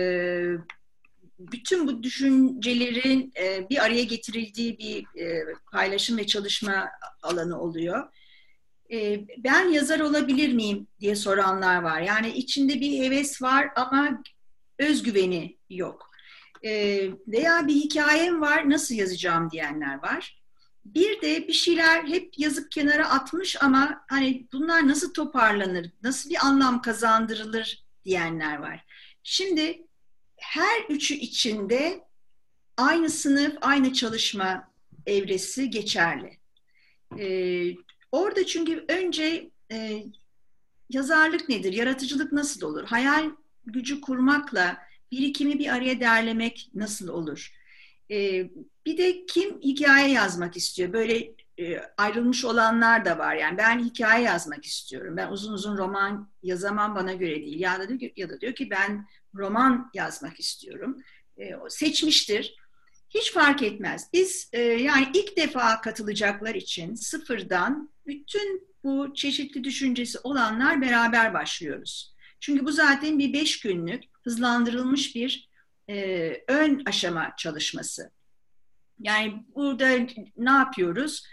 bütün bu düşüncelerin bir araya getirildiği bir paylaşım ve çalışma alanı oluyor. Ben yazar olabilir miyim diye soranlar var. Yani içinde bir heves var ama özgüveni yok. Veya bir hikayem var, nasıl yazacağım diyenler var. Bir de bir şeyler hep yazıp kenara atmış ama hani bunlar nasıl toparlanır, nasıl bir anlam kazandırılır diyenler var. Şimdi her üçü içinde aynı sınıf, aynı çalışma evresi geçerli. Orada çünkü önce yazarlık nedir, yaratıcılık nasıl olur, hayal gücü kurmakla birikimi bir araya derlemek nasıl olur? Bir de kim hikaye yazmak istiyor? Böyle ayrılmış olanlar da var. Yani ben hikaye yazmak istiyorum. Ben uzun uzun roman yazamam, bana göre değil. Ya da diyor ki ben roman yazmak istiyorum. Seçmiştir. Hiç fark etmez. Biz yani ilk defa katılacaklar için sıfırdan bütün bu çeşitli düşüncesi olanlar beraber başlıyoruz. Çünkü bu zaten bir 5 günlük hızlandırılmış bir ön aşama çalışması. Yani burada ne yapıyoruz?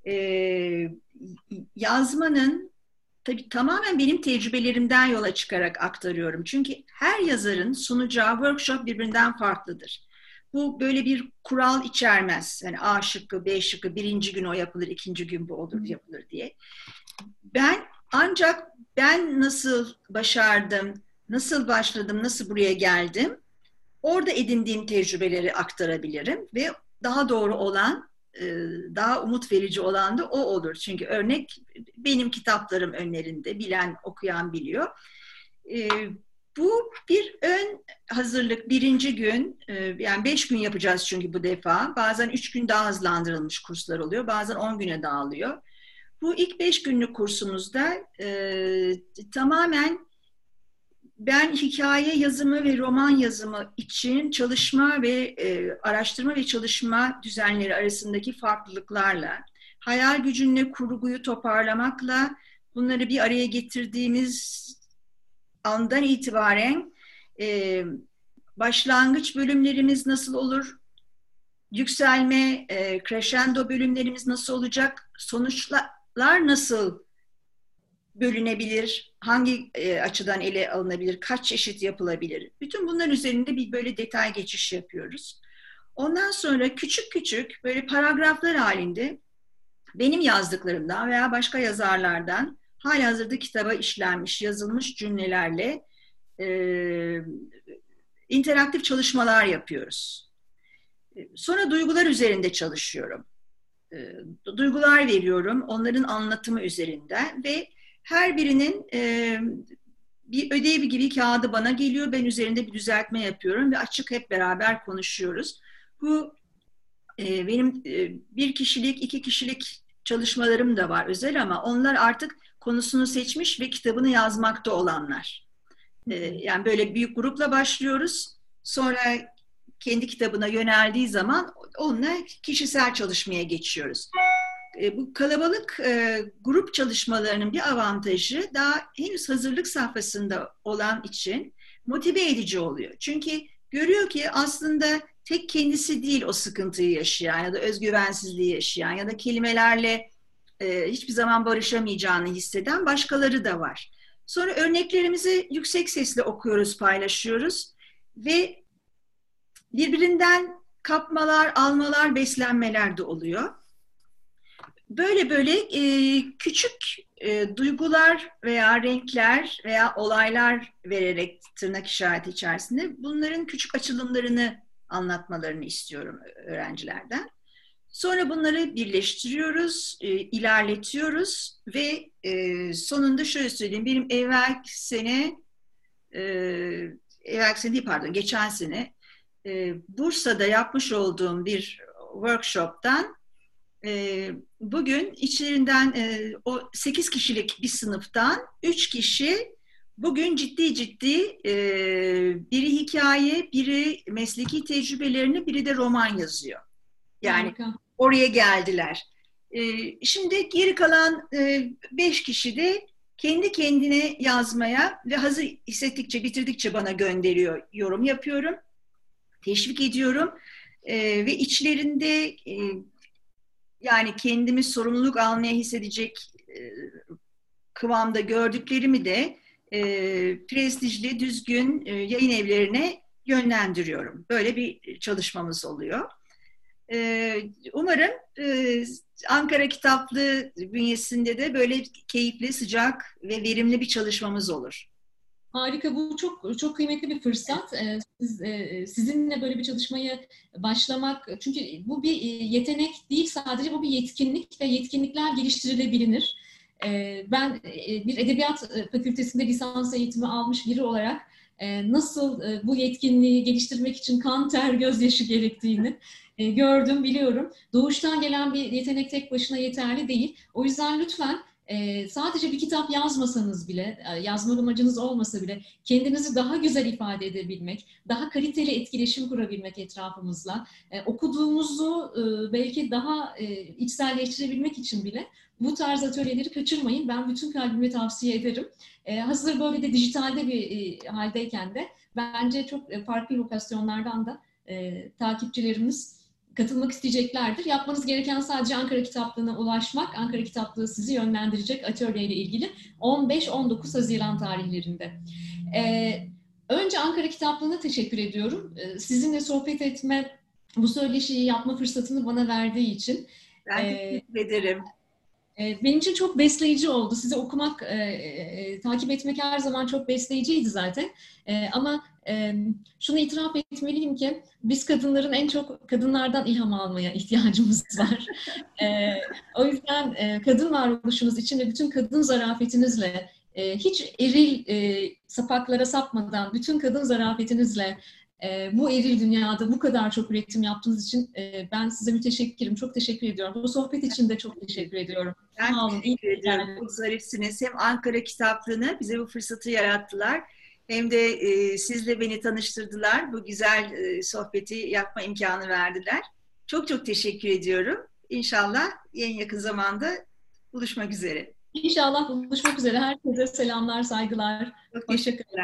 Yazmanın tabii tamamen benim tecrübelerimden yola çıkarak aktarıyorum. Çünkü her yazarın sunacağı workshop birbirinden farklıdır. Bu böyle bir kural içermez. Yani A şıkkı, B şıkkı, birinci gün o yapılır, ikinci gün bu olur, yapılır diye. Ancak ben nasıl başardım, nasıl başladım, nasıl buraya geldim, orada edindiğim tecrübeleri aktarabilirim ve daha doğru olan, daha umut verici olan da o olur. Çünkü örnek benim kitaplarım önlerinde, bilen, okuyan biliyor. Bu bir ön hazırlık, birinci gün, yani 5 gün yapacağız çünkü bu defa. Bazen 3 gün daha hızlandırılmış kurslar oluyor, bazen 10 güne dağılıyor. Bu ilk 5 günlük kursumuzda tamamen ben hikaye yazımı ve roman yazımı için çalışma ve araştırma ve çalışma düzenleri arasındaki farklılıklarla, hayal gücünle kurguyu toparlamakla bunları bir araya getirdiğimiz andan itibaren başlangıç bölümlerimiz nasıl olur, yükselme, crescendo bölümlerimiz nasıl olacak, sonuçlar nasıl bölünebilir, hangi açıdan ele alınabilir, kaç çeşit yapılabilir. Bütün bunlar üzerinde bir böyle detay geçiş yapıyoruz. Ondan sonra küçük küçük böyle paragraflar halinde benim yazdıklarımdan veya başka yazarlardan halihazırda kitaba işlenmiş, yazılmış cümlelerle interaktif çalışmalar yapıyoruz. Sonra duygular üzerinde çalışıyorum. Duygular veriyorum, onların anlatımı üzerinden ve her birinin bir ödev gibi kağıdı bana geliyor. Ben üzerinde bir düzeltme yapıyorum ve açık hep beraber konuşuyoruz. Bu benim bir kişilik, iki kişilik çalışmalarım da var özel ama onlar artık konusunu seçmiş ve kitabını yazmakta olanlar. Yani böyle büyük grupla başlıyoruz. Sonra kendi kitabına yöneldiği zaman onunla kişisel çalışmaya geçiyoruz. Bu kalabalık grup çalışmalarının bir avantajı daha henüz hazırlık safhasında olan için motive edici oluyor. Çünkü görüyor ki aslında tek kendisi değil o sıkıntıyı yaşayan ya da özgüvensizliği yaşayan ya da kelimelerle hiçbir zaman barışamayacağını hisseden başkaları da var. Sonra örneklerimizi yüksek sesle okuyoruz, paylaşıyoruz ve birbirinden kapmalar, almalar, beslenmeler de oluyor. Böyle böyle küçük duygular veya renkler veya olaylar vererek tırnak işareti içerisinde bunların küçük açılımlarını anlatmalarını istiyorum öğrencilerden. Sonra bunları birleştiriyoruz, ilerletiyoruz ve sonunda şöyle söyleyeyim, benim geçen sene Bursa'da yapmış olduğum bir workshop'tan bugün içlerinden o 8 kişilik bir sınıftan 3 kişi bugün ciddi biri hikaye, biri mesleki tecrübelerini, biri de roman yazıyor. Yani harika. Oraya geldiler. Şimdi geri kalan 5 kişi de kendi kendine yazmaya ve hazır hissettikçe, bitirdikçe bana gönderiyor, yorum yapıyorum, teşvik ediyorum ve içlerinde yani kendimi sorumluluk almaya hissedecek kıvamda gördüklerimi de prestijli, düzgün yayın evlerine yönlendiriyorum. Böyle bir çalışmamız oluyor. Umarım Ankara Kitaplığı bünyesinde de böyle keyifli, sıcak ve verimli bir çalışmamız olur. Harika, bu çok çok kıymetli bir fırsat. Sizinle böyle bir çalışmaya başlamak, çünkü bu bir yetenek değil sadece, bu bir yetkinlik ve yetkinlikler geliştirilebilir. Ben bir edebiyat fakültesinde lisans eğitimi almış biri olarak nasıl bu yetkinliği geliştirmek için kan, ter, gözyaşı gerektiğini gördüm, biliyorum. Doğuştan gelen bir yetenek tek başına yeterli değil. O yüzden lütfen sadece bir kitap yazmasanız bile, yazma amacınız olmasa bile kendinizi daha güzel ifade edebilmek, daha kaliteli etkileşim kurabilmek etrafımızla, okuduğumuzu belki daha içselleştirebilmek için bile bu tarz atölyeleri kaçırmayın. Ben bütün kalbimle tavsiye ederim. Hazır böyle de dijitalde bir haldeyken de bence çok farklı lokasyonlardan da takipçilerimiz katılmak isteyeceklerdir. Yapmanız gereken sadece Ankara Kitaplığı'na ulaşmak. Ankara Kitaplığı sizi yönlendirecek atölyeyle ilgili 15-19 Haziran tarihlerinde. Önce Ankara Kitaplığı'na teşekkür ediyorum. Sizinle sohbet etme, bu söyleşiyi yapma fırsatını bana verdiği için. Ben teşekkür ederim. Benim için çok besleyici oldu. Sizi okumak, takip etmek her zaman çok besleyiciydi zaten. Ama şunu itiraf etmeliyim ki biz kadınların en çok kadınlardan ilham almaya ihtiyacımız var. O yüzden kadın varoluşunuz için ve bütün kadın zarafetinizle, hiç eril sapaklara sapmadan bütün kadın zarafetinizle bu eril dünyada bu kadar çok üretim yaptığınız için ben size müteşekkirim. Çok teşekkür ediyorum. Bu sohbet için de çok teşekkür ediyorum. Ben teşekkür ediyorum. Çok zarifsiniz. Hem Ankara Kitaplığı'nı bize bu fırsatı yarattılar. Hem de sizle beni tanıştırdılar. Bu güzel sohbeti yapma imkanı verdiler. Çok çok teşekkür ediyorum. İnşallah en yakın zamanda buluşmak üzere. İnşallah buluşmak üzere. Herkese selamlar, saygılar. Çok teşekkürler.